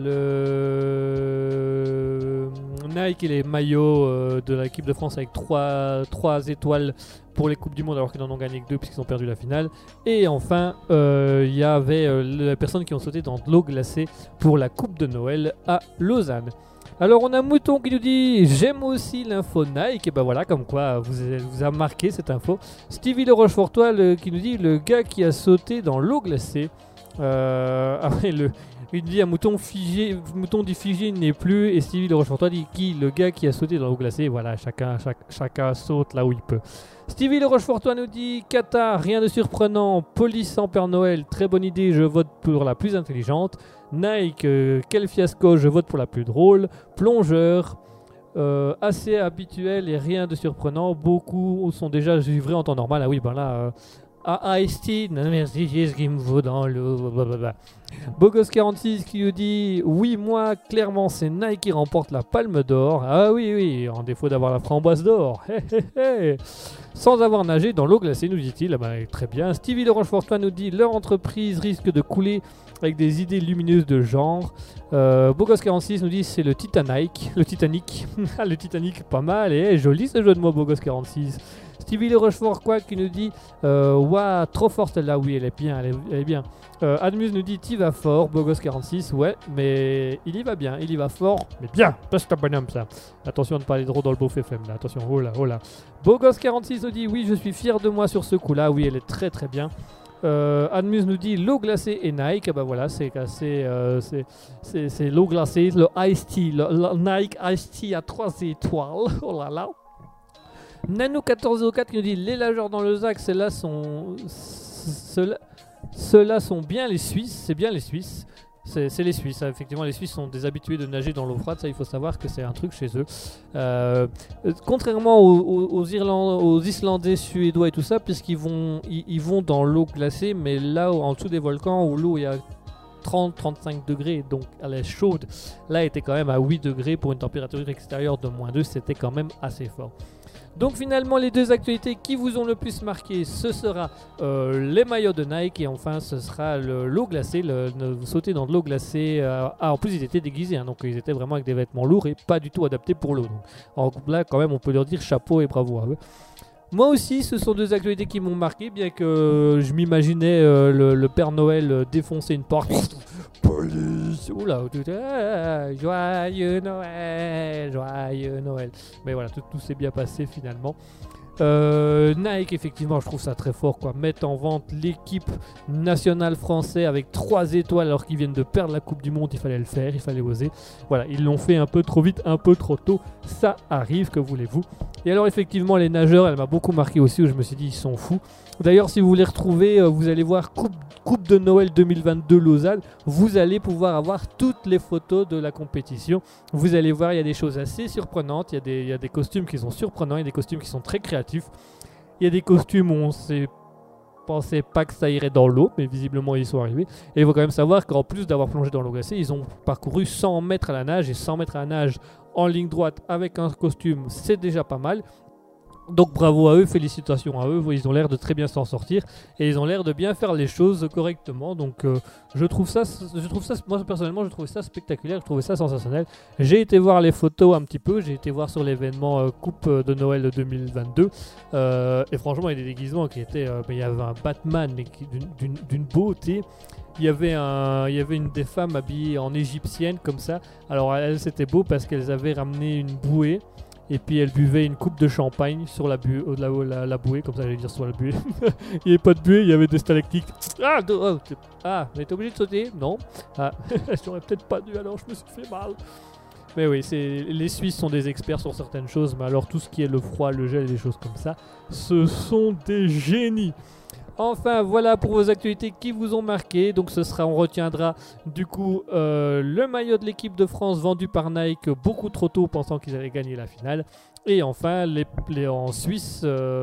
le Nike et les maillots de l'équipe de France avec 3 étoiles pour les Coupes du Monde alors qu'ils n'en ont gagné que 2 puisqu'ils ont perdu la finale. Et enfin, il y avait les personnes qui ont sauté dans de l'eau glacée pour la Coupe de Noël à Lausanne. Alors on a Mouton qui nous dit j'aime aussi l'info Nike, et ben voilà, comme quoi vous a marqué cette info. Stevie le Rochefortois qui nous dit le gars qui a sauté dans l'eau glacée. Il dit à Mouton dit figé n'est plus, et Stevie le Rochefortois dit qui, le gars qui a sauté dans l'eau glacée. Voilà, chacun saute là où il peut. Stevie le Rochefortois nous dit Qatar, rien de surprenant, police sans Père Noël, très bonne idée, je vote pour la plus intelligente. Nike, quel fiasco, je vote pour la plus drôle. Plongeur, assez habituel et rien de surprenant. Beaucoup sont déjà givrés en temps normal. Ah oui, ben là, Ice-T, non merci, j'ai ce qu'il me faut dans l'eau. Bogos46 qui nous dit oui, moi, clairement, c'est Nike qui remporte la palme d'or. Ah oui, en défaut d'avoir la framboise d'or. Sans avoir nagé dans l'eau glacée, nous dit-il. Ah ben, très bien. Stevie de Rochefortois nous dit leur entreprise risque de couler avec des idées lumineuses de genre. Bogos46 nous dit c'est le Titanic. Le Titanic, pas mal. Et joli ce jeu de mots, Bogos46. Stevie le Rochefort qui nous dit waouh, trop forte celle-là. Oui, elle est bien. Admuse nous dit t'y vas fort. Bogos46, ouais, mais il y va bien, il y va fort, mais bien. C'est un bonhomme ça. Attention de ne pas aller trop dans le beau FM là. Attention, oh là. Bogos46 nous dit oui, je suis fier de moi sur ce coup-là. Oui, elle est très très bien. Admuse nous dit l'eau glacée et Nike. Bah voilà, c'est l'eau glacée, le Ice-T, le Nike Ice-T à 3 étoiles. Oh là là. Nano1404 qui nous dit les nageurs dans le ZAC, ceux-là sont bien les Suisses. C'est bien les Suisses. C'est les Suisses, hein. Effectivement les Suisses sont des habitués de nager dans l'eau froide, ça il faut savoir que c'est un truc chez eux. Contrairement aux Islandais, Suédois et tout ça, puisqu'ils vont dans l'eau glacée, mais là en dessous des volcans où l'eau il y a 30-35 degrés, donc elle est chaude, là elle était quand même à 8 degrés pour une température extérieure de -2, c'était quand même assez fort. Donc finalement les deux actualités qui vous ont le plus marqué, ce sera les maillots de Nike et enfin ce sera l'eau glacée, sauter dans de l'eau glacée. En plus ils étaient déguisés, hein, donc ils étaient vraiment avec des vêtements lourds et pas du tout adaptés pour l'eau. Donc là quand même on peut leur dire chapeau et bravo à eux. Moi aussi, ce sont deux actualités qui m'ont marqué, bien que je m'imaginais le Père Noël défoncer une porte. Police, oula, joyeux Noël. Mais voilà, tout s'est bien passé finalement. Nike, effectivement, je trouve ça très fort, quoi. Mettre en vente l'équipe nationale française avec 3 étoiles alors qu'ils viennent de perdre la Coupe du Monde, il fallait le faire, il fallait oser. Voilà, ils l'ont fait un peu trop vite, un peu trop tôt. Ça arrive, que voulez-vous. Et alors, effectivement, les nageurs, elle m'a beaucoup marqué aussi, où je me suis dit, ils sont fous. D'ailleurs, si vous voulez retrouver, vous allez voir Coupe de Noël 2022 Lausanne, vous allez pouvoir avoir toutes les photos de la compétition. Vous allez voir, il y a des choses assez surprenantes, il y a des costumes qui sont surprenants, il y a des costumes qui sont très créatifs. Il y a des costumes où on ne pensait pas que ça irait dans l'eau, mais visiblement ils sont arrivés. Et il faut quand même savoir qu'en plus d'avoir plongé dans l'eau glacée, ils ont parcouru 100 mètres à la nage, et 100 mètres à la nage en ligne droite avec un costume, c'est déjà pas mal. Donc bravo à eux, félicitations à eux, ils ont l'air de très bien s'en sortir et ils ont l'air de bien faire les choses correctement. Donc je trouve ça, moi personnellement je trouve ça spectaculaire, je trouvais ça sensationnel. J'ai été voir les photos un petit peu, j'ai été voir sur l'événement Coupe de Noël 2022 et franchement il y a des déguisements qui étaient, il y avait un Batman mais d'une beauté. Il y avait une des femmes habillées en égyptienne comme ça. Alors elles c'était beau parce qu'elles avaient ramené une bouée. Et puis elle buvait une coupe de champagne sur la bouée, comme ça j'allais dire sur la buée. Il n'y avait pas de buée, il y avait des stalactites. Mais t'es obligé de sauter? Non. J'aurais peut-être pas dû alors, je me suis fait mal. Mais oui, les Suisses sont des experts sur certaines choses, mais alors tout ce qui est le froid, le gel et des choses comme ça, ce sont des génies. Enfin, voilà pour vos actualités qui vous ont marqué. Donc on retiendra du coup le maillot de l'équipe de France vendu par Nike beaucoup trop tôt, pensant qu'ils allaient gagner la finale. Et enfin, en Suisse...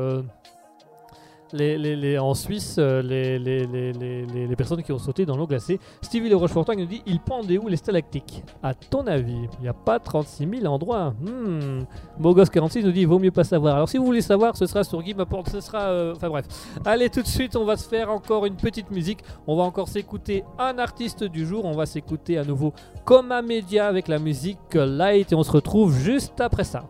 En Suisse, les personnes qui ont sauté dans l'eau glacée. Stevie Le Rochefortois nous dit: il pendaient où les stalactiques? À ton avis, il n'y a pas 36 000 endroits. Bogos46 nous dit: vaut mieux pas savoir. Alors si vous voulez savoir, ce sera sur Guy M'apporte. Ce sera. Enfin bref. Allez, tout de suite, on va se faire encore une petite musique. On va encore s'écouter un artiste du jour. On va s'écouter à nouveau Coma Media avec la musique Light. Et on se retrouve juste après ça.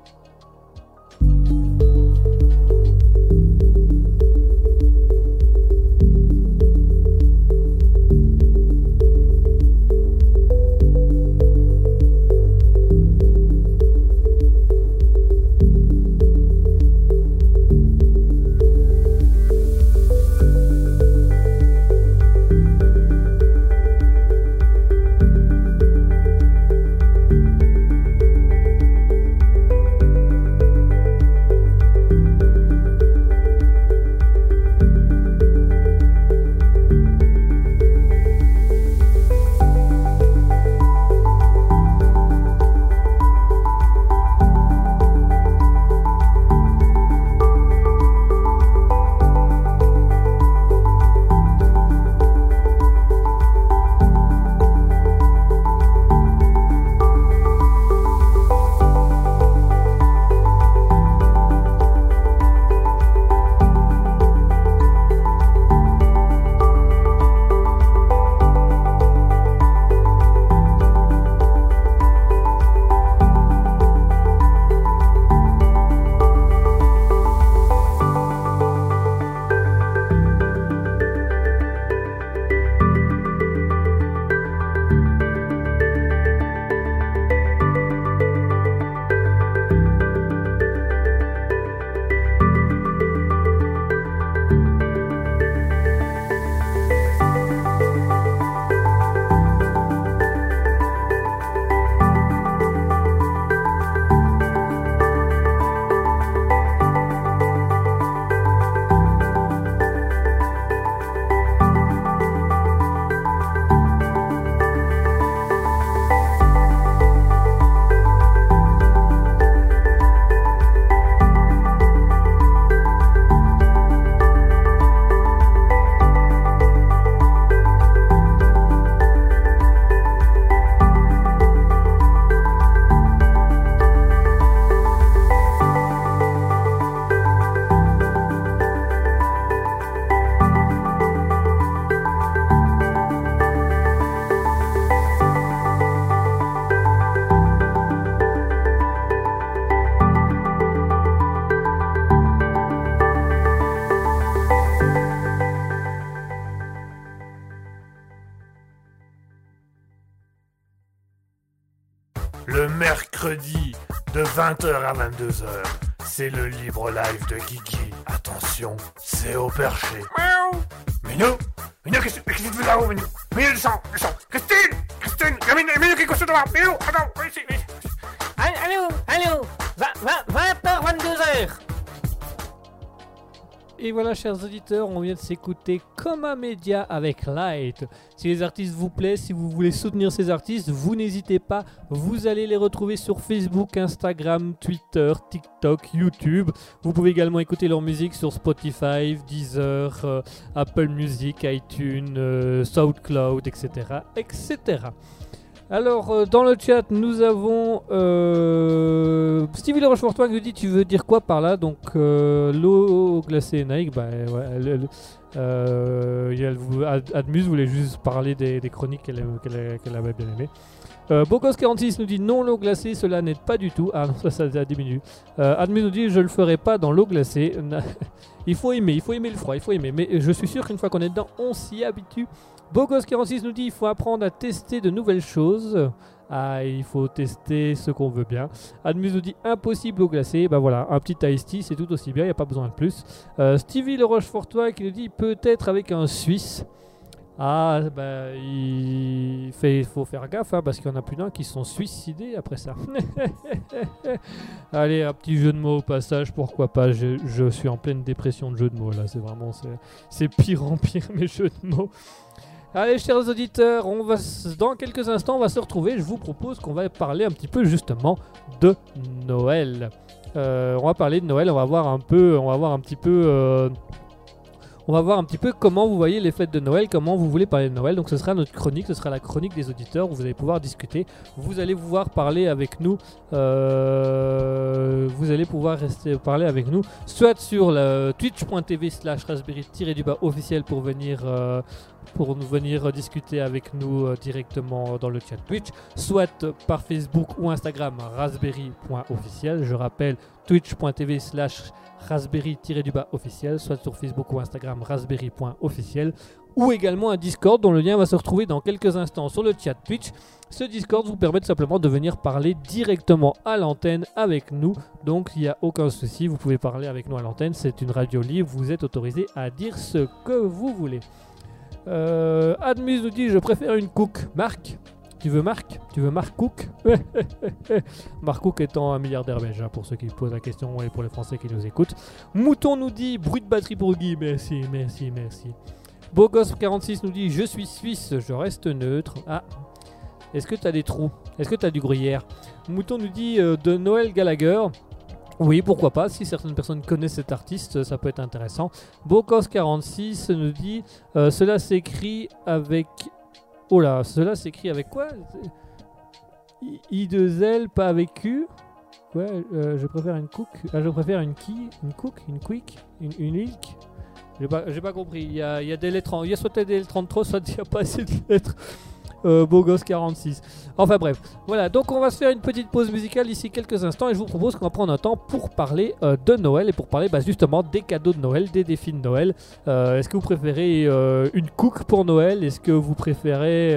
Le mercredi de 20h à 22h, c'est le libre live de Guigui. Attention, c'est au perché. Miaou. Minou, qu'est-ce que tu fais là-haut, Minou? Minou, descends. Christine, il y a Minou qui est couché devant. Minou, attends, viens ici. Allô 20h, 22h. Et voilà, chers auditeurs, on vient de s'écouter Coma Media avec Light. Si les artistes vous plaisent, si vous voulez soutenir ces artistes, vous n'hésitez pas. Vous allez les retrouver sur Facebook, Instagram, Twitter, TikTok, YouTube. Vous pouvez également écouter leur musique sur Spotify, Deezer, Apple Music, iTunes, SoundCloud, etc. Alors, dans le chat, nous avons Stevie Le Rochefortois qui nous dit: tu veux dire quoi par là? Donc, l'eau glacée Nike, bah ouais, Admuse voulait juste parler des chroniques qu'elle avait bien aimées. Bocos46 nous dit: non, l'eau glacée, cela n'aide pas du tout. Ah non, ça a diminué. Admuse nous dit: je le ferai pas dans l'eau glacée. Il faut aimer le froid, mais je suis sûr qu'une fois qu'on est dedans, on s'y habitue. Bogos46 nous dit: il faut apprendre à tester de nouvelles choses. Ah, il faut tester ce qu'on veut bien. Admuse nous dit: impossible au glacé. Bah voilà, un petit iced tea, c'est tout aussi bien, il n'y a pas besoin de plus. Stevie Le Rochefortois qui nous dit: peut-être avec un Suisse. Ah, bah, faut faire gaffe, hein, parce qu'il y en a plus d'un qui se sont suicidés après ça. Allez, un petit jeu de mots au passage, pourquoi pas. Je suis en pleine dépression de jeux de mots, là. C'est pire en pire, mes jeux de mots. Allez, chers auditeurs, dans quelques instants, on va se retrouver. Je vous propose qu'on va parler un petit peu, justement, de Noël. On va parler de Noël, on va voir un petit peu comment vous voyez les fêtes de Noël, comment vous voulez parler de Noël. Donc ce sera notre chronique, ce sera la chronique des auditeurs où vous allez pouvoir discuter. Vous allez pouvoir parler avec nous. Parler avec nous, soit sur le twitch.tv/raspberry-officiel pour nous venir discuter avec nous directement dans le chat Twitch, soit par Facebook ou Instagram raspberry.officiel. Je rappelle twitch.tv/raspberry-officiel, soit sur Facebook ou Instagram raspberry.officiel, ou également un Discord dont le lien va se retrouver dans quelques instants sur le chat Twitch. Ce Discord vous permet tout simplement de venir parler directement à l'antenne avec nous, donc il n'y a aucun souci, vous pouvez parler avec nous à l'antenne, c'est une radio libre, vous êtes autorisé à dire ce que vous voulez. Admus nous dit je préfère une cook. Marc, tu veux Marc Cook? Marc Cook étant un milliardaire belge, hein, pour ceux qui posent la question et pour les Français qui nous écoutent. Mouton nous dit bruit de batterie pour Guy. Merci. Bogos46 nous dit je suis suisse, je reste neutre. Ah, est-ce que tu as des trous? Est-ce que tu as du gruyère? Mouton nous dit de Noël Gallagher. Oui, pourquoi pas, si certaines personnes connaissent cet artiste, ça peut être intéressant. Bocos46 nous dit cela s'écrit avec... Oh là, cela s'écrit avec quoi? I2L, pas avec Q. Ouais, je préfère une cook. Ah, je préfère une cook, une quick, une ilk. J'ai pas compris, il y a des lettres, il y a soit des lettres en trop, soit il n'y a pas assez de lettres. Bogos46. Enfin bref, voilà, donc on va se faire une petite pause musicale d'ici quelques instants et je vous propose qu'on va prendre un temps pour parler de Noël et pour parler justement des cadeaux de Noël, des défis de Noël. Est-ce que vous préférez une cook pour Noël? Est-ce que vous préférez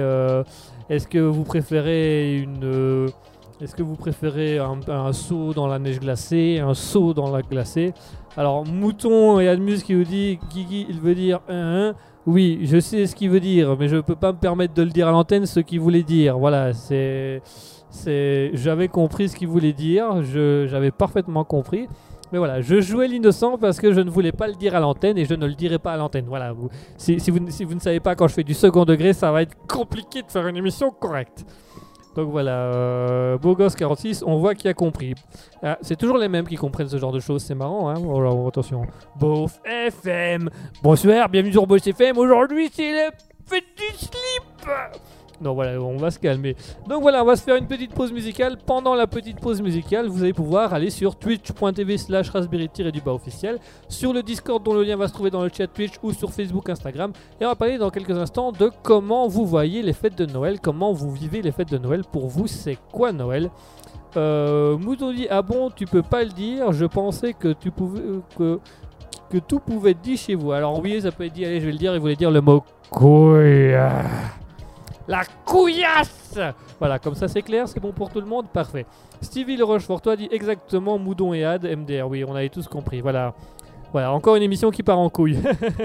un saut dans la neige glacée, un saut dans la glacée? Alors Mouton et Admus qui vous dit Guigui, il veut dire oui, je sais ce qu'il veut dire, mais je ne peux pas me permettre de le dire à l'antenne ce qu'il voulait dire. Voilà, j'avais compris ce qu'il voulait dire, j'avais parfaitement compris. Mais voilà, je jouais l'innocent parce que je ne voulais pas le dire à l'antenne et je ne le dirai pas à l'antenne. Voilà, si vous ne savez pas, quand je fais du second degré, ça va être compliqué de faire une émission correcte. Donc voilà, Bogos46, on voit qui a compris. Ah, c'est toujours les mêmes qui comprennent ce genre de choses, c'est marrant, hein. Oh là, attention. Beauf FM, bonsoir, bienvenue sur Beauf FM. Aujourd'hui, c'est la fête du slip. Non, voilà, on va se calmer. Donc voilà, on va se faire une petite pause musicale. Pendant la petite pause musicale, vous allez pouvoir aller sur twitch.tv/raspberry-officiel, sur le Discord dont le lien va se trouver dans le chat Twitch ou sur Facebook, Instagram. Et on va parler dans quelques instants de comment vous voyez les fêtes de Noël, comment vous vivez les fêtes de Noël. Pour vous, c'est quoi Noël? Mouton dit ah bon, tu peux pas le dire, je pensais que tu pouvais que tout pouvait être dit chez vous. Alors oui, ça peut être dit, allez, je vais le dire, il voulait dire le mot couille. La couillasse. Voilà, comme ça c'est clair, c'est bon pour tout le monde, parfait. Stevie le Rochefortois dit exactement Moudon et Ad, MDR, oui, on avait tous compris, voilà. Voilà, encore une émission qui part en couille.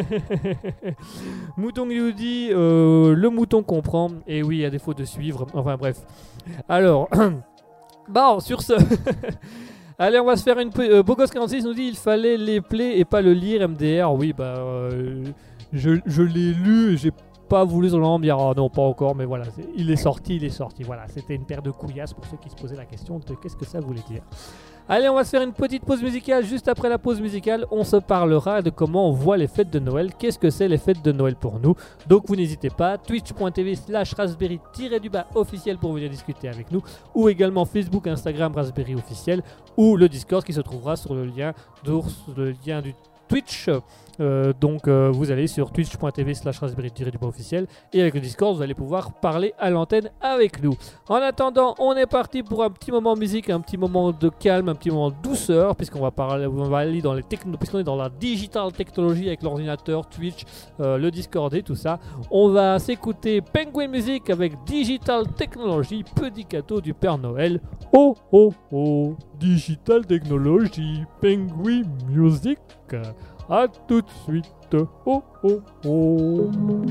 Mouton nous dit le mouton comprend, et oui, à défaut de suivre, enfin bref. Alors, bon, sur ce... Allez, on va se faire une... Bogos46 nous dit il fallait les plaies et pas le lire, MDR, oui, je l'ai lu, j'ai pas voulu sur le dire, oh non, pas encore, mais voilà, il est sorti, voilà, c'était une paire de couillasses pour ceux qui se posaient la question de qu'est-ce que ça voulait dire. Allez, on va se faire une petite pause musicale. Juste après la pause musicale, on se parlera de comment on voit les fêtes de Noël, qu'est-ce que c'est les fêtes de Noël pour nous. Donc vous n'hésitez pas, twitch.tv/raspberry-officiel pour venir discuter avec nous, ou également Facebook, Instagram, Raspberry officiel, ou le Discord qui se trouvera sur le lien du Twitch. Donc vous allez sur twitch.tv/raspberry-officiel et avec le Discord vous allez pouvoir parler à l'antenne avec nous. En attendant, on est parti pour un petit moment musique, un petit moment de calme, un petit moment de douceur, puisqu'on va aller dans les puisqu'on est dans la digital technologie avec l'ordinateur, Twitch, le Discord et tout ça. On va s'écouter Penguin Music avec Digital Technology, petit gâteau du Père Noël. Oh oh oh, Digital Technology, Penguin Music. À tout de suite. Oh oh oh.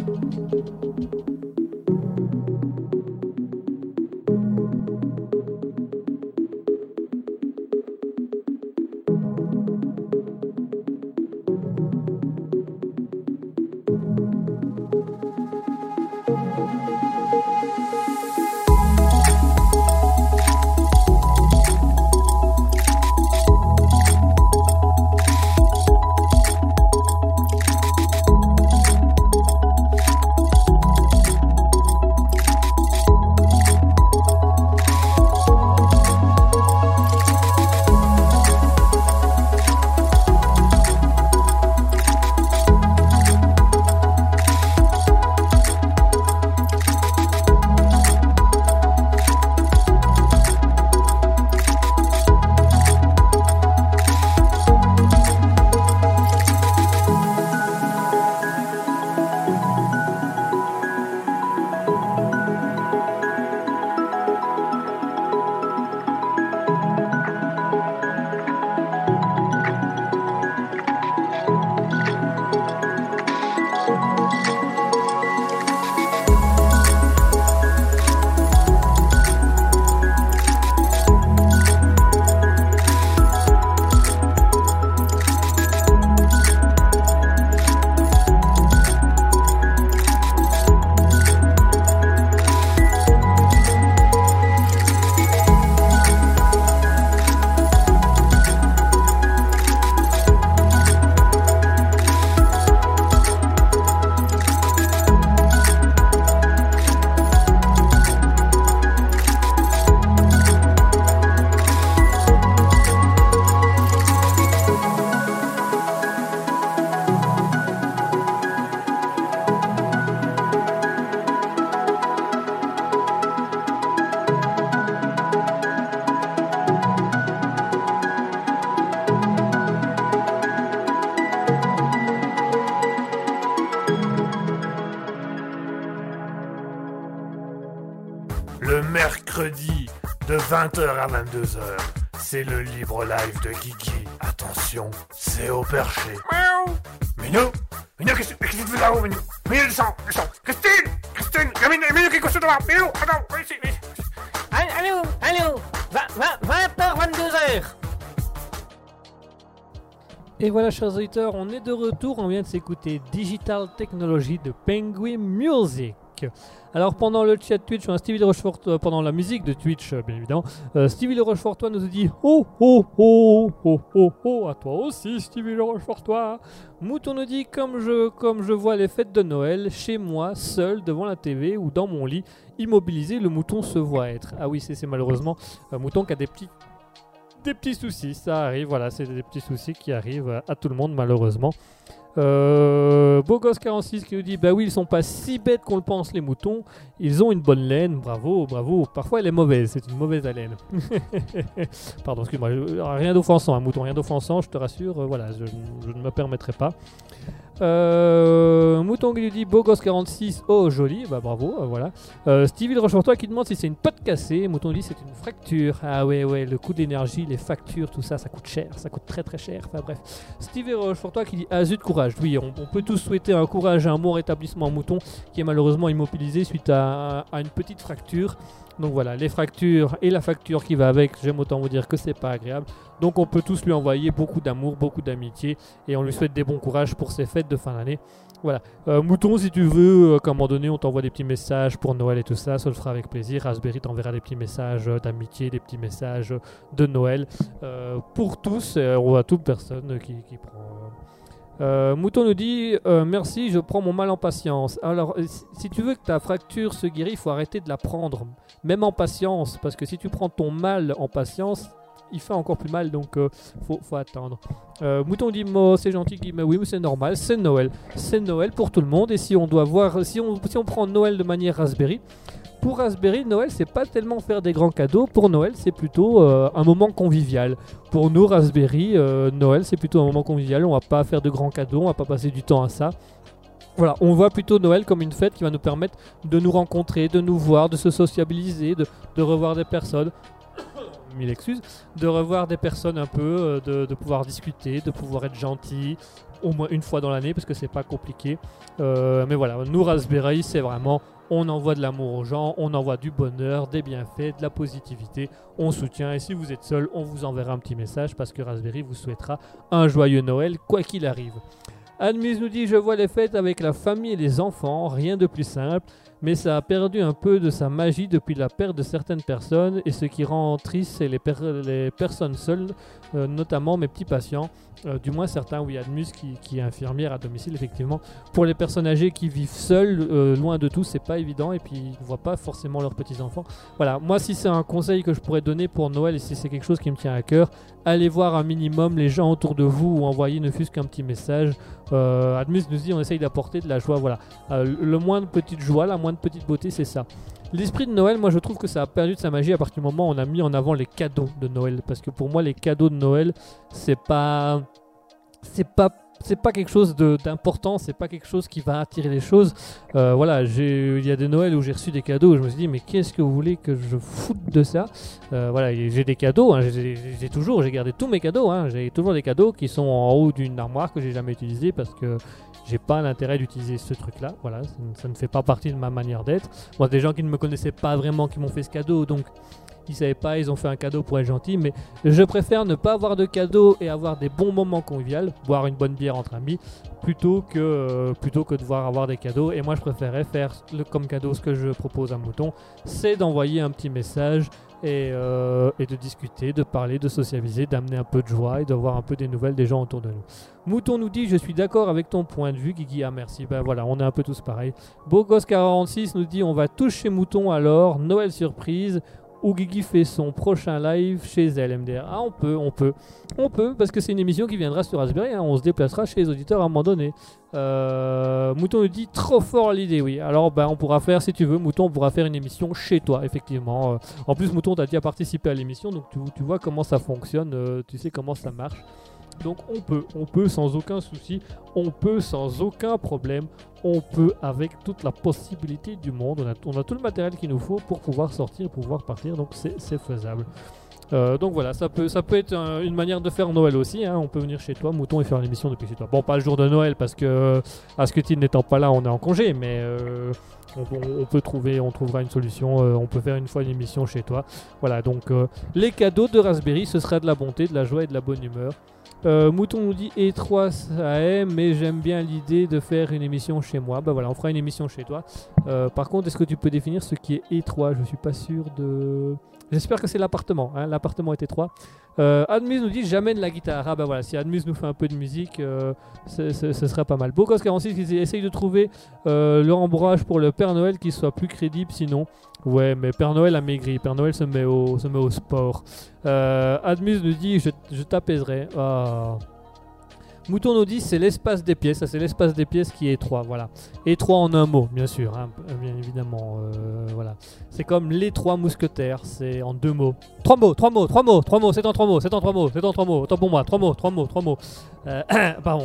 Le mercredi, de 20h à 22h, c'est le libre live de Guigui. Attention, c'est au perché. Miaou. Minou, qu'est-ce que tu fais là-haut, Minou? Minou, descends. Christine, Gamine, Minou qui est couché devant. Minou, attends, viens ici. Allô 20h, 22h. Et voilà, chers auditeurs, on est de retour. On vient de s'écouter Digital Technology de Penguin Music. Alors pendant le chat Twitch, Stevie Le Rochefort, pendant la musique de Twitch, bien évidemment, Stevie Le Rochefortois nous a dit oh oh oh oh oh oh à toi aussi Stevie Le Rochefortois. Mouton nous dit comme je vois les fêtes de Noël chez moi, seul devant la TV ou dans mon lit, immobilisé, le mouton se voit être. Ah oui, c'est malheureusement Mouton qui a des petits soucis, ça arrive, voilà, c'est des petits soucis qui arrivent à tout le monde malheureusement. Bogos46 qui nous dit bah oui, ils sont pas si bêtes qu'on le pense les moutons, ils ont une bonne laine, bravo, parfois elle est mauvaise, c'est une mauvaise haleine. Pardon, excuse-moi, rien d'offensant, un mouton, rien d'offensant, je te rassure, voilà, je ne me permettrai pas. Mouton qui nous dit Bogos46, oh joli, bah bravo, voilà. Stevie Le Rochefortois qui demande si c'est une pote cassée, Mouton dit c'est une fracture. Ah ouais, le coût d'énergie, les factures, tout ça, ça coûte cher, ça coûte très très cher, enfin bref. Stevie Le Rochefortois qui dit ah zut, courage. Oui, on peut tous souhaiter un courage et un bon rétablissement à Mouton qui est malheureusement immobilisé suite à une petite fracture. Donc voilà, les fractures et la facture qui va avec, j'aime autant vous dire que c'est pas agréable. Donc on peut tous lui envoyer beaucoup d'amour, beaucoup d'amitié et on lui souhaite des bons courages pour ses fêtes de fin d'année. Voilà. Mouton, si tu veux, qu'à un moment donné, on t'envoie des petits messages pour Noël et tout ça, ça le fera avec plaisir. Raspberry t'enverra des petits messages d'amitié, des petits messages de Noël pour tous, ou à toute personne qui prend. Mouton nous dit merci, je prends mon mal en patience. Alors, si tu veux que ta fracture se guérisse, il faut arrêter de la prendre, même en patience, parce que si tu prends ton mal en patience, il fait encore plus mal, donc faut attendre. Mouton dit c'est gentil, dit mais oui, mais c'est normal, c'est Noël pour tout le monde. Et si on doit voir, si on prend Noël de manière Raspberry, pour Raspberry, Noël c'est pas tellement faire des grands cadeaux. Pour Noël, c'est plutôt un moment convivial. Pour nous Raspberry, Noël c'est plutôt un moment convivial. On va pas faire de grands cadeaux, on va pas passer du temps à ça. Voilà, on voit plutôt Noël comme une fête qui va nous permettre de nous rencontrer, de nous voir, de se sociabiliser, de revoir des personnes. Mille excuses, de revoir des personnes un peu, de pouvoir discuter, de pouvoir être gentil, au moins une fois dans l'année parce que c'est pas compliqué. Mais voilà, nous Raspberry, c'est vraiment on envoie de l'amour aux gens, on envoie du bonheur, des bienfaits, de la positivité, on soutient. Et si vous êtes seul, on vous enverra un petit message parce que Raspberry vous souhaitera un joyeux Noël, quoi qu'il arrive. Admise nous dit: je vois les fêtes avec la famille et les enfants, rien de plus simple, mais ça a perdu un peu de sa magie depuis la perte de certaines personnes, et ce qui rend triste, c'est les personnes seules, notamment mes petits patients, du moins certains. Oui, Admus qui est infirmière à domicile, effectivement. Pour les personnes âgées qui vivent seules, loin de tout, c'est pas évident, et puis ils ne voient pas forcément leurs petits-enfants. Voilà, moi si c'est un conseil que je pourrais donner pour Noël, et si c'est quelque chose qui me tient à cœur, allez voir un minimum les gens autour de vous, ou envoyez ne fût-ce qu'un petit message. Admus nous dit: on essaye d'apporter de la joie, voilà. Le moins de petite joie, la moins de petite beauté, c'est ça. L'esprit de Noël, moi je trouve que ça a perdu de sa magie à partir du moment où on a mis en avant les cadeaux de Noël. Parce que pour moi, les cadeaux de Noël, c'est pas quelque chose d'important, c'est pas quelque chose qui va attirer les choses. Voilà, il y a des Noëls où j'ai reçu des cadeaux où je me suis dit: mais qu'est-ce que vous voulez que je foute de ça? Voilà, j'ai des cadeaux, hein, j'ai gardé tous mes cadeaux, hein, j'ai toujours des cadeaux qui sont en haut d'une armoire que j'ai jamais utilisé parce que j'ai pas l'intérêt d'utiliser ce truc-là. Voilà, ça ne fait pas partie de ma manière d'être. Moi, des gens qui ne me connaissaient pas vraiment qui m'ont fait ce cadeau, donc ils savaient pas, ils ont fait un cadeau pour être gentils, mais je préfère ne pas avoir de cadeau et avoir des bons moments conviviaux, boire une bonne bière entre amis, plutôt que de devoir avoir des cadeaux. Et moi je préférais faire comme cadeau, ce que je propose à Mouton, c'est d'envoyer un petit message et de discuter, de parler, de socialiser, d'amener un peu de joie et d'avoir un peu des nouvelles des gens autour de nous. Mouton nous dit: je suis d'accord avec ton point de vue, Guigui. Ah merci, ben voilà, on est un peu tous pareils. Bogos46 nous dit: on va tous chez Mouton alors, Noël surprise, où Guigui fait son prochain live chez elle, MDR. Ah, on peut, parce que c'est une émission qui viendra sur Raspberry, hein. On se déplacera chez les auditeurs à un moment donné. Mouton nous dit: trop fort l'idée, oui. Alors, on pourra faire, si tu veux, Mouton, on pourra faire une émission chez toi, effectivement. En plus, Mouton, t'as déjà participé à l'émission, donc tu vois comment ça fonctionne, tu sais comment ça marche. Donc on peut sans aucun souci, on peut sans aucun problème, on peut avec toute la possibilité du monde, on a tout le matériel qu'il nous faut pour pouvoir sortir, pour pouvoir partir, donc c'est faisable. Donc voilà, ça peut être une manière de faire Noël aussi, hein. On peut venir chez toi, Mouton, et faire l'émission depuis chez toi. Bon, pas le jour de Noël parce que Asketil n'étant pas là, on est en congé, mais on trouvera une solution, on peut faire une fois une émission chez toi. Voilà, donc les cadeaux de Raspberry, ce sera de la bonté, de la joie et de la bonne humeur. Mouton nous dit: étroit ça aime, mais j'aime bien l'idée de faire une émission chez moi. Bah voilà, on fera une émission chez toi. Par contre, est-ce que tu peux définir ce qui est étroit? Je suis pas sûr de... J'espère que c'est l'appartement, hein. L'appartement est étroit. Admus nous dit: j'amène la guitare. Ah bah voilà, si Admus nous fait un peu de musique, ce sera pas mal. Bocos46 qui dit: essaye de trouver le rembourrage pour le Père Noël qui soit plus crédible sinon. Ouais, mais Père Noël a maigri, Père Noël se met au sport. Admus nous dit: je t'apaiserai. Ah. Mouton nous dit: c'est l'espace des pièces, ça c'est l'espace des pièces qui est étroit, voilà. Étroit en un mot, bien sûr, hein, bien évidemment, voilà. C'est comme les 3 mousquetaires, c'est en 2 mots. 3 mots, c'est en 3 mots, autant pour moi, 3 mots. Pardon.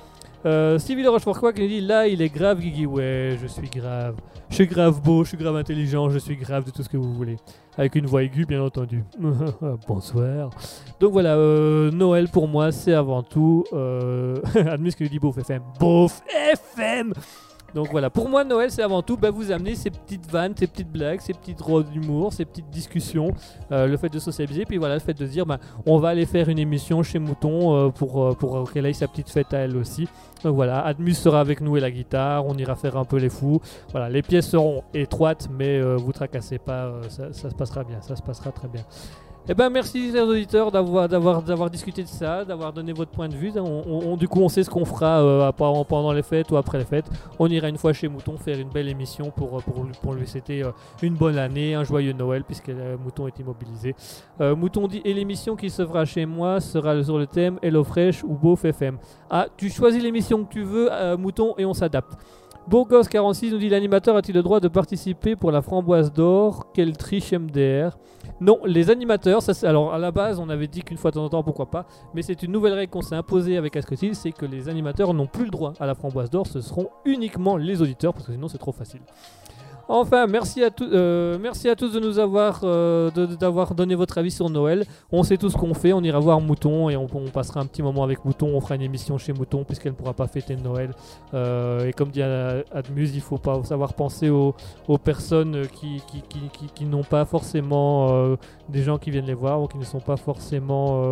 Civil Rochefort qui nous dit: là il est grave, Guigui. Ouais, je suis grave. Je suis grave beau, je suis grave intelligent, je suis grave de tout ce que vous voulez. Avec une voix aiguë, bien entendu. Bonsoir. Donc voilà, Noël pour moi, c'est avant tout. Admis qui nous dit: Beauf FM. Beauf FM. Donc voilà, pour moi Noël c'est avant tout vous amener ces petites vannes, ces petites blagues, ces petites drôles d'humour, ces petites discussions, le fait de socialiser, puis voilà le fait de se dire on va aller faire une émission chez Mouton pour qu'elle aille sa petite fête à elle aussi. Donc voilà, Admus sera avec nous et la guitare, on ira faire un peu les fous. Voilà, les pièces seront étroites mais vous tracassez pas, ça se passera bien, ça se passera très bien. Eh ben merci chers auditeurs d'avoir discuté de ça, d'avoir donné votre point de vue. Du coup on sait ce qu'on fera pendant les fêtes ou après les fêtes. On ira une fois chez Mouton faire une belle émission pour lui souhaiter une bonne année, un joyeux Noël puisque Mouton est immobilisé. Mouton dit: et l'émission qui se fera chez moi sera sur le thème HelloFresh ou Beauf FM. Ah, tu choisis l'émission que tu veux, Mouton, et on s'adapte. Bourgos46 nous dit: l'animateur a-t-il le droit de participer pour la framboise d'or? Quelle triche MDR. Non, les animateurs, alors à la base on avait dit qu'une fois de temps en temps pourquoi pas, mais c'est une nouvelle règle qu'on s'est imposée avec Asketil, c'est que les animateurs n'ont plus le droit à la framboise d'or, ce seront uniquement les auditeurs parce que sinon c'est trop facile. Enfin, merci à tous de nous avoir d'avoir donné votre avis sur Noël. On sait tout ce qu'on fait, on ira voir Mouton et on passera un petit moment avec Mouton. On fera une émission chez Mouton puisqu'elle ne pourra pas fêter Noël. Et comme dit Admuse, il faut pas savoir penser aux personnes qui n'ont pas forcément des gens qui viennent les voir ou qui ne sont pas forcément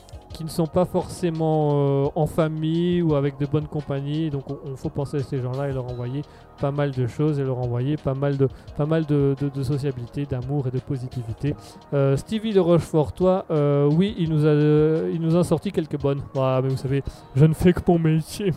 en famille ou avec de bonnes compagnies. Donc on faut penser à ces gens-là et leur envoyer pas mal de choses et leur envoyer pas mal de sociabilité, d'amour et de positivité. Stevie de Rochefort, toi, oui, il nous a sorti quelques bonnes. Ah, mais vous savez, je ne fais que mon métier.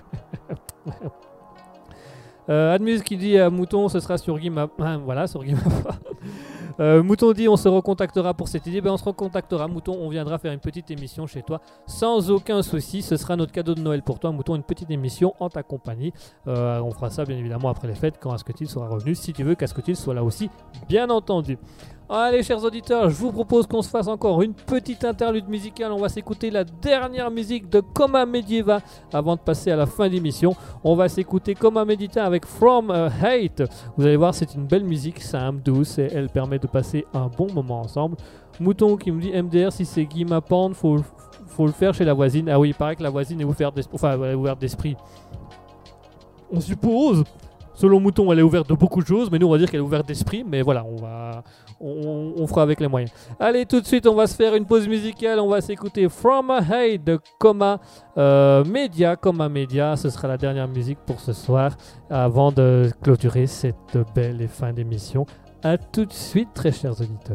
Admuse qui dit à Mouton, ce sera sur Guimap. Voilà, sur Guimap. Mouton dit on se recontactera pour cette idée. On se recontactera, Mouton, on viendra faire une petite émission chez toi sans aucun souci. Ce sera notre cadeau de Noël pour toi, Mouton, une petite émission en ta compagnie. On fera ça bien évidemment après les fêtes quand Asketil sera revenu, si tu veux qu'Asketil soit là aussi, bien entendu. Allez, chers auditeurs, je vous propose qu'on se fasse encore une petite interlude musicale. On va s'écouter la dernière musique de Coma Medieva avant de passer à la fin d'émission. On va s'écouter Coma Medieva avec From a Hate. Vous allez voir, c'est une belle musique, simple, douce, et elle permet de passer un bon moment ensemble. Mouton qui me dit MDR, si c'est Guy Mapande, faut le faire chez la voisine. Ah oui, il paraît que la voisine est ouverte d'esprit. On suppose. Selon Mouton, elle est ouverte de beaucoup de choses, mais nous on va dire qu'elle est ouverte d'esprit. Mais voilà, on fera avec les moyens. Allez, tout de suite, on va se faire une pause musicale. On va s'écouter From a Hate de Coma Media. Coma Media, ce sera la dernière musique pour ce soir, avant de clôturer cette belle et fin d'émission. A tout de suite, très chers auditeurs.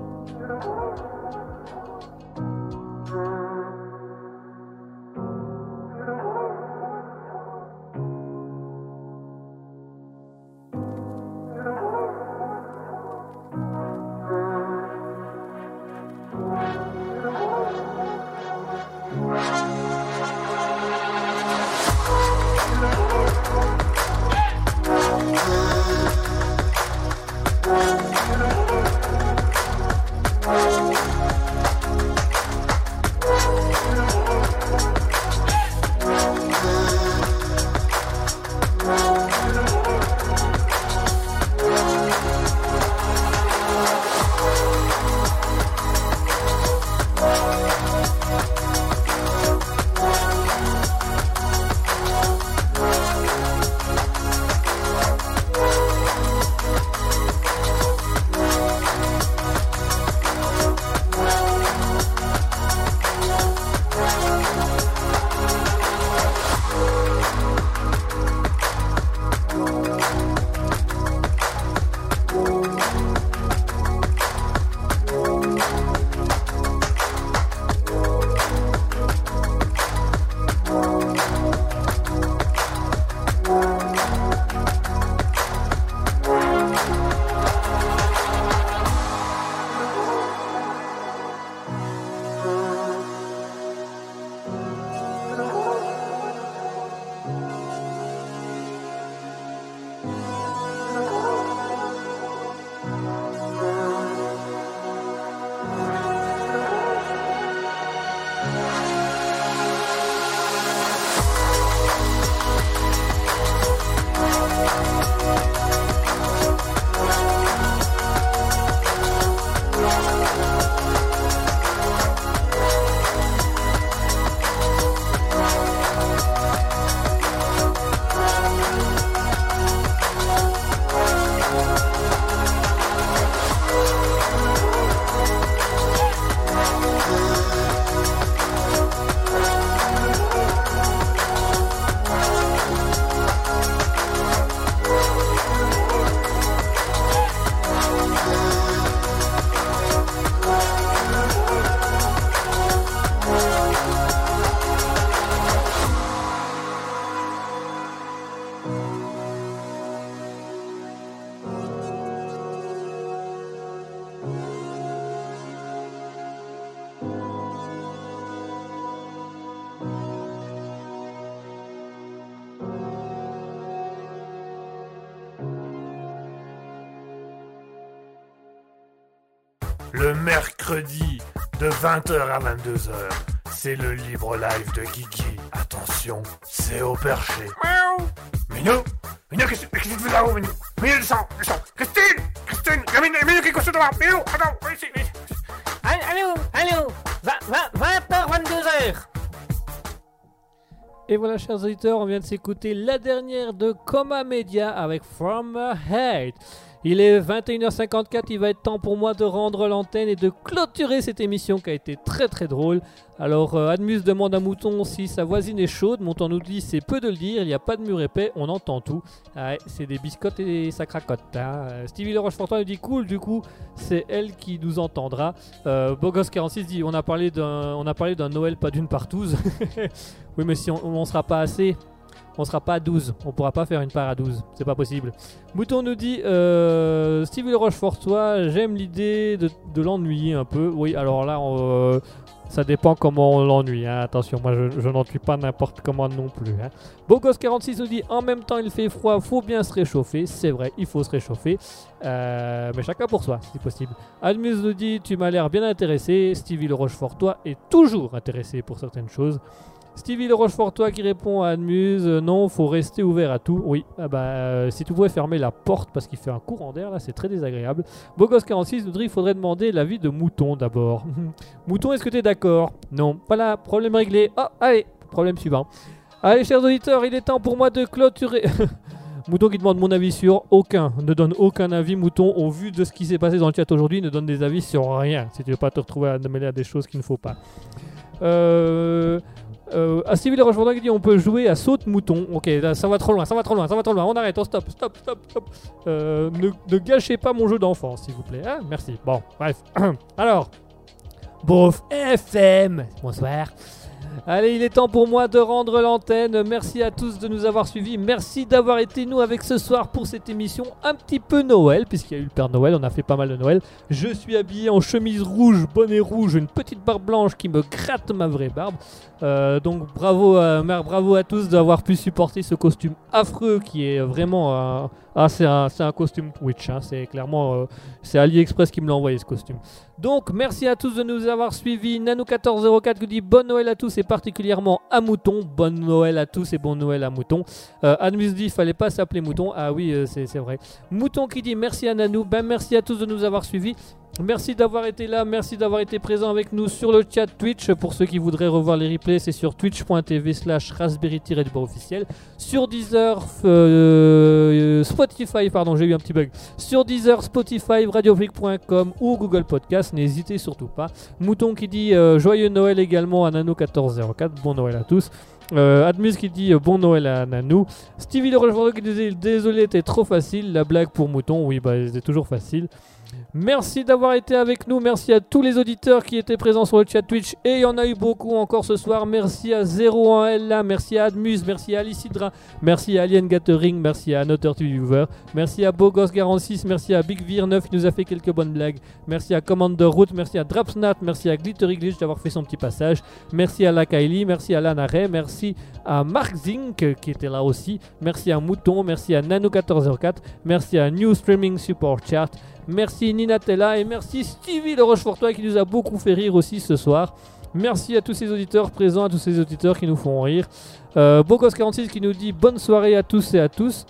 Le mercredi de 20h à 22h, c'est le libre live de Guigui. Attention, c'est au perché. Miaou. Minou, qu'est-ce que tu fais là-haut, Minou? Milieu du sang. Christine, gamine, Minou qui est couché devant. Minou, attends, viens ici. Allô 20h, 22h. Et voilà, chers auditeurs, on vient de s'écouter la dernière de Coma Media avec From Hate. Il est 21h54, il va être temps pour moi de rendre l'antenne et de clôturer cette émission qui a été très très drôle. Alors Admus demande à Mouton si sa voisine est chaude. Mouton nous dit c'est peu de le dire, il n'y a pas de mur épais, on entend tout. Ouais, c'est des biscottes et ça cracote. Hein. Stevie Le Rochefortois nous dit cool, du coup c'est elle qui nous entendra. Bogos46 dit on a parlé d'un Noël pas d'une partouze. Oui mais si on sera pas assez... On sera pas à 12, on pourra pas faire une part à 12, c'est pas possible. Mouton nous dit Stevie Le Rochefortois, j'aime l'idée de l'ennuyer un peu. Oui, alors là, ça dépend comment on l'ennuie. Hein. Attention, moi je n'ennuie pas n'importe comment non plus. Hein. Bogos46 nous dit en même temps il fait froid, faut bien se réchauffer. C'est vrai, il faut se réchauffer. Mais chacun pour soi, si possible. Admus nous dit tu m'as l'air bien intéressé. Stevie Le Rochefortois est toujours intéressé pour certaines choses. Stevie Le Rochefortois qui répond à Admuse non, faut rester ouvert à tout. Oui, si tu pouvais fermer la porte parce qu'il fait un courant d'air là, c'est très désagréable. Bogos46 nous dit il faudrait demander l'avis de Mouton d'abord. Mouton, est-ce que tu es d'accord? Non. Voilà, problème réglé. Oh, allez, problème suivant. Allez, chers auditeurs, il est temps pour moi de clôturer. Mouton qui demande mon avis sur aucun. Ne donne aucun avis, Mouton, au vu de ce qui s'est passé dans le chat aujourd'hui. Ne donne des avis sur rien. Si tu veux pas te retrouver à mêler à des choses qu'il ne faut pas. À Stevie Le Rochefortois qui dit on peut jouer à saute-mouton. Ok, là, ça va trop loin. On arrête, on stop. Ne gâchez pas mon jeu d'enfant, s'il vous plaît. Hein, merci. Bon, bref. Alors, Beauf FM, bonsoir. Allez, il est temps pour moi de rendre l'antenne. Merci à tous de nous avoir suivis. Merci d'avoir été nous avec ce soir pour cette émission un petit peu Noël, puisqu'il y a eu le Père Noël, on a fait pas mal de Noël. Je suis habillé en chemise rouge, bonnet rouge, une petite barbe blanche qui me gratte ma vraie barbe. Donc bravo à tous d'avoir pu supporter ce costume affreux qui est vraiment... c'est un costume Twitch, hein. C'est clairement... c'est AliExpress qui me l'a envoyé ce costume. Donc merci à tous de nous avoir suivis. Nanou1404 qui dit bonne Noël à tous et particulièrement à Mouton. Bonne Noël à tous et bon Noël à Mouton. Admus dit fallait pas s'appeler Mouton. Ah oui, c'est vrai. Mouton qui dit merci à Nanou. Merci à tous de nous avoir suivis. Merci d'avoir été là, merci d'avoir été présent avec nous sur le chat Twitch. Pour ceux qui voudraient revoir les replays, c'est sur twitch.tv/raspberry-officiel. Sur Deezer, Spotify, pardon, j'ai eu un petit bug. Sur Deezer, Spotify, radiofreak.com ou Google Podcast, n'hésitez surtout pas. Mouton qui dit joyeux Noël également à Nano1404, bon Noël à tous. Admus qui dit bon Noël à Nanou. Stevie Le Rochefortois qui disait désolé, c'était trop facile. La blague pour Mouton, oui, c'est toujours facile. Merci d'avoir été avec nous, merci à tous les auditeurs qui étaient présents sur le chat Twitch et il y en a eu beaucoup encore ce soir. Merci à 01L, merci à Admus, merci à Alicidra, merci à Alien Gathering, merci à Notter Viewer, merci à Bogos46, merci à Big Vir 9 qui nous a fait quelques bonnes blagues, merci à Commander Root, merci à Drapsnat, merci à Glittery Glitch d'avoir fait son petit passage, merci à la Kylie, merci à Lana Ray, merci à Mark Zink qui était là aussi, merci à Mouton, merci à Nano1404, merci à New Streaming Support Chart. Merci Ninatella et merci Stevie Le Rochefortois qui nous a beaucoup fait rire aussi ce soir. Merci à tous ces auditeurs présents, à tous ces auditeurs qui nous font rire. Bogos46 qui nous dit bonne soirée à tous et à tous.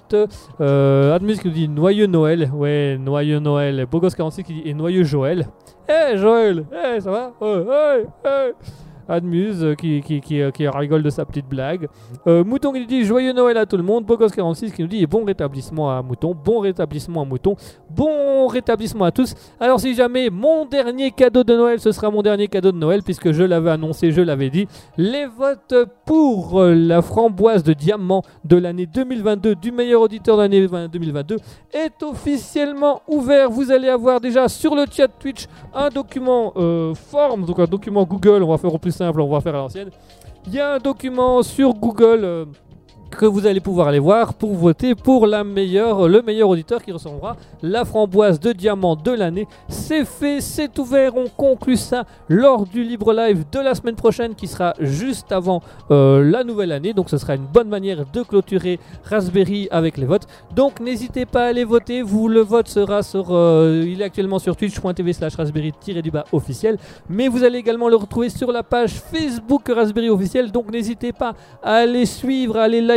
Admus qui nous dit noyeux Noël. Ouais, noyeux Noël. Bogos46 qui dit et noyeux Joël. Hey Joël, hey, ça va? Hey. Admuse qui rigole de sa petite blague. Mouton qui nous dit joyeux Noël à tout le monde. Bogos46 qui nous dit bon rétablissement à Mouton. Bon rétablissement à Mouton. Bon rétablissement à tous. Alors si jamais mon dernier cadeau de Noël, ce sera mon dernier cadeau de Noël puisque je l'avais annoncé, je l'avais dit. Les votes pour la framboise de diamant de l'année 2022 du meilleur auditeur de l'année 2022 est officiellement ouvert. Vous allez avoir déjà sur le chat Twitch un document forme, donc un document Google, on va faire au plus simple, on va faire à l'ancienne. Il y a un document sur Google que vous allez pouvoir aller voir pour voter pour le meilleur auditeur qui recevra la framboise de diamant de l'année. C'est fait, c'est ouvert, on conclut ça lors du libre live de la semaine prochaine qui sera juste avant la nouvelle année. Donc ce sera une bonne manière de clôturer Raspberry avec les votes. Donc n'hésitez pas à aller voter, le vote sera il est actuellement sur twitch.tv/raspberry-officiel, mais vous allez également le retrouver sur la page Facebook Raspberry officiel. Donc n'hésitez pas à aller suivre, à aller liker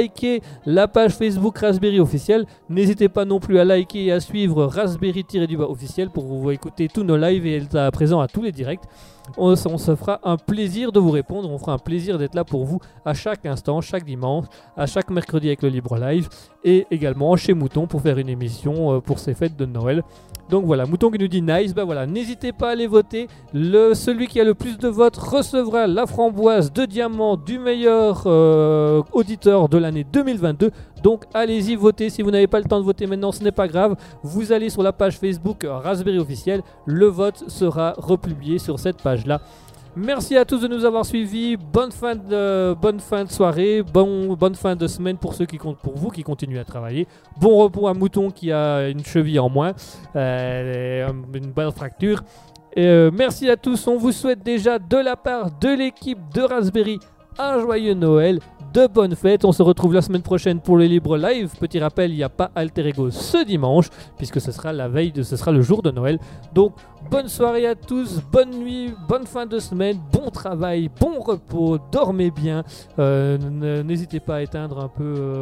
liker la page Facebook Raspberry officielle. N'hésitez pas non plus à liker et à suivre Raspberry-du-bas officiel pour vous écouter tous nos lives et être présent à tous les directs. On se fera un plaisir de vous répondre, on fera un plaisir d'être là pour vous à chaque instant, chaque dimanche, à chaque mercredi avec le Libre Live et également chez Mouton pour faire une émission pour ces fêtes de Noël. Donc voilà, Mouton qui nous dit nice, bah voilà, n'hésitez pas à aller voter. Celui qui a le plus de votes recevra la framboise de diamant du meilleur auditeur de l'année 2022. Donc allez-y voter, si vous n'avez pas le temps de voter maintenant, ce n'est pas grave. Vous allez sur la page Facebook Raspberry officielle, le vote sera republié sur cette page-là. Merci à tous de nous avoir suivis. Bonne fin de soirée, bonne fin de semaine pour ceux qui comptent pour vous, qui continuent à travailler. Bon repos à Mouton qui a une cheville en moins, une bonne fracture. Merci à tous. On vous souhaite déjà de la part de l'équipe de Raspberry un joyeux Noël, de bonnes fêtes. On se retrouve la semaine prochaine pour le Libre Live. Petit rappel, il n'y a pas Alter Ego ce dimanche puisque ce sera ce sera le jour de Noël. Donc bonne soirée à tous, bonne nuit, bonne fin de semaine, bon travail, bon repos, dormez bien. N'hésitez pas à éteindre un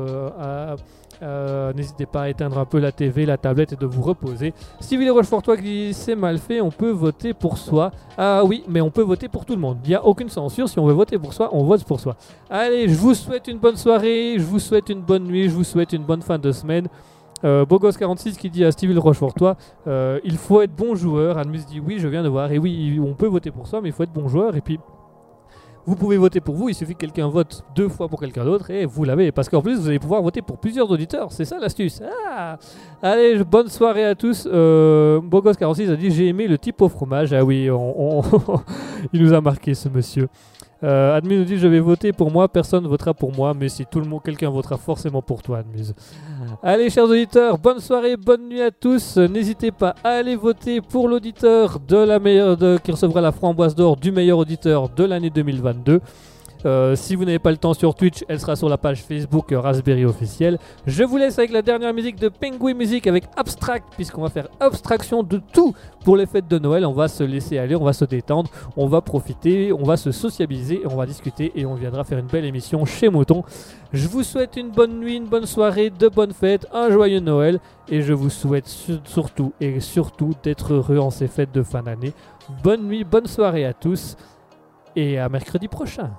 peu la TV, la tablette et de vous reposer. Si Ville Rochefortois qui c'est mal fait, on peut voter pour soi. Ah oui, mais on peut voter pour tout le monde. Il n'y a aucune censure. Si on veut voter pour soi, on vote pour soi. Allez, je vous souhaite une bonne soirée, je vous souhaite une bonne nuit, je vous souhaite une bonne fin de semaine. Bogos46 qui dit à Steve Rochefortois il faut être bon joueur. Admus dit oui, je viens de voir. Et oui, on peut voter pour soi, mais il faut être bon joueur. Et puis vous pouvez voter pour vous, il suffit que quelqu'un vote 2 fois pour quelqu'un d'autre et vous l'avez. Parce qu'en plus, vous allez pouvoir voter pour plusieurs auditeurs. C'est ça l'astuce. Ah, allez, bonne soirée à tous. Bogos46 a dit j'ai aimé le type au fromage. Ah oui, il nous a marqué ce monsieur. Admin nous dit je vais voter pour moi, personne votera pour moi, mais si tout le monde, quelqu'un votera forcément pour toi, Admuse. Allez, chers auditeurs, bonne soirée, bonne nuit à tous. N'hésitez pas à aller voter pour l'auditeur qui recevra la framboise d'or du meilleur auditeur de l'année 2022. Si vous n'avez pas le temps sur Twitch, elle sera sur la page Facebook Raspberry officielle. Je vous laisse avec la dernière musique de Penguin Music avec Abstract, puisqu'on va faire abstraction de tout pour les fêtes de Noël. On va se laisser aller, on va se détendre, on va profiter, on va se sociabiliser, on va discuter et on viendra faire une belle émission chez Mouton. Je vous souhaite une bonne nuit, une bonne soirée, de bonnes fêtes, un joyeux Noël et je vous souhaite surtout d'être heureux en ces fêtes de fin d'année. Bonne nuit, bonne soirée à tous et à mercredi prochain.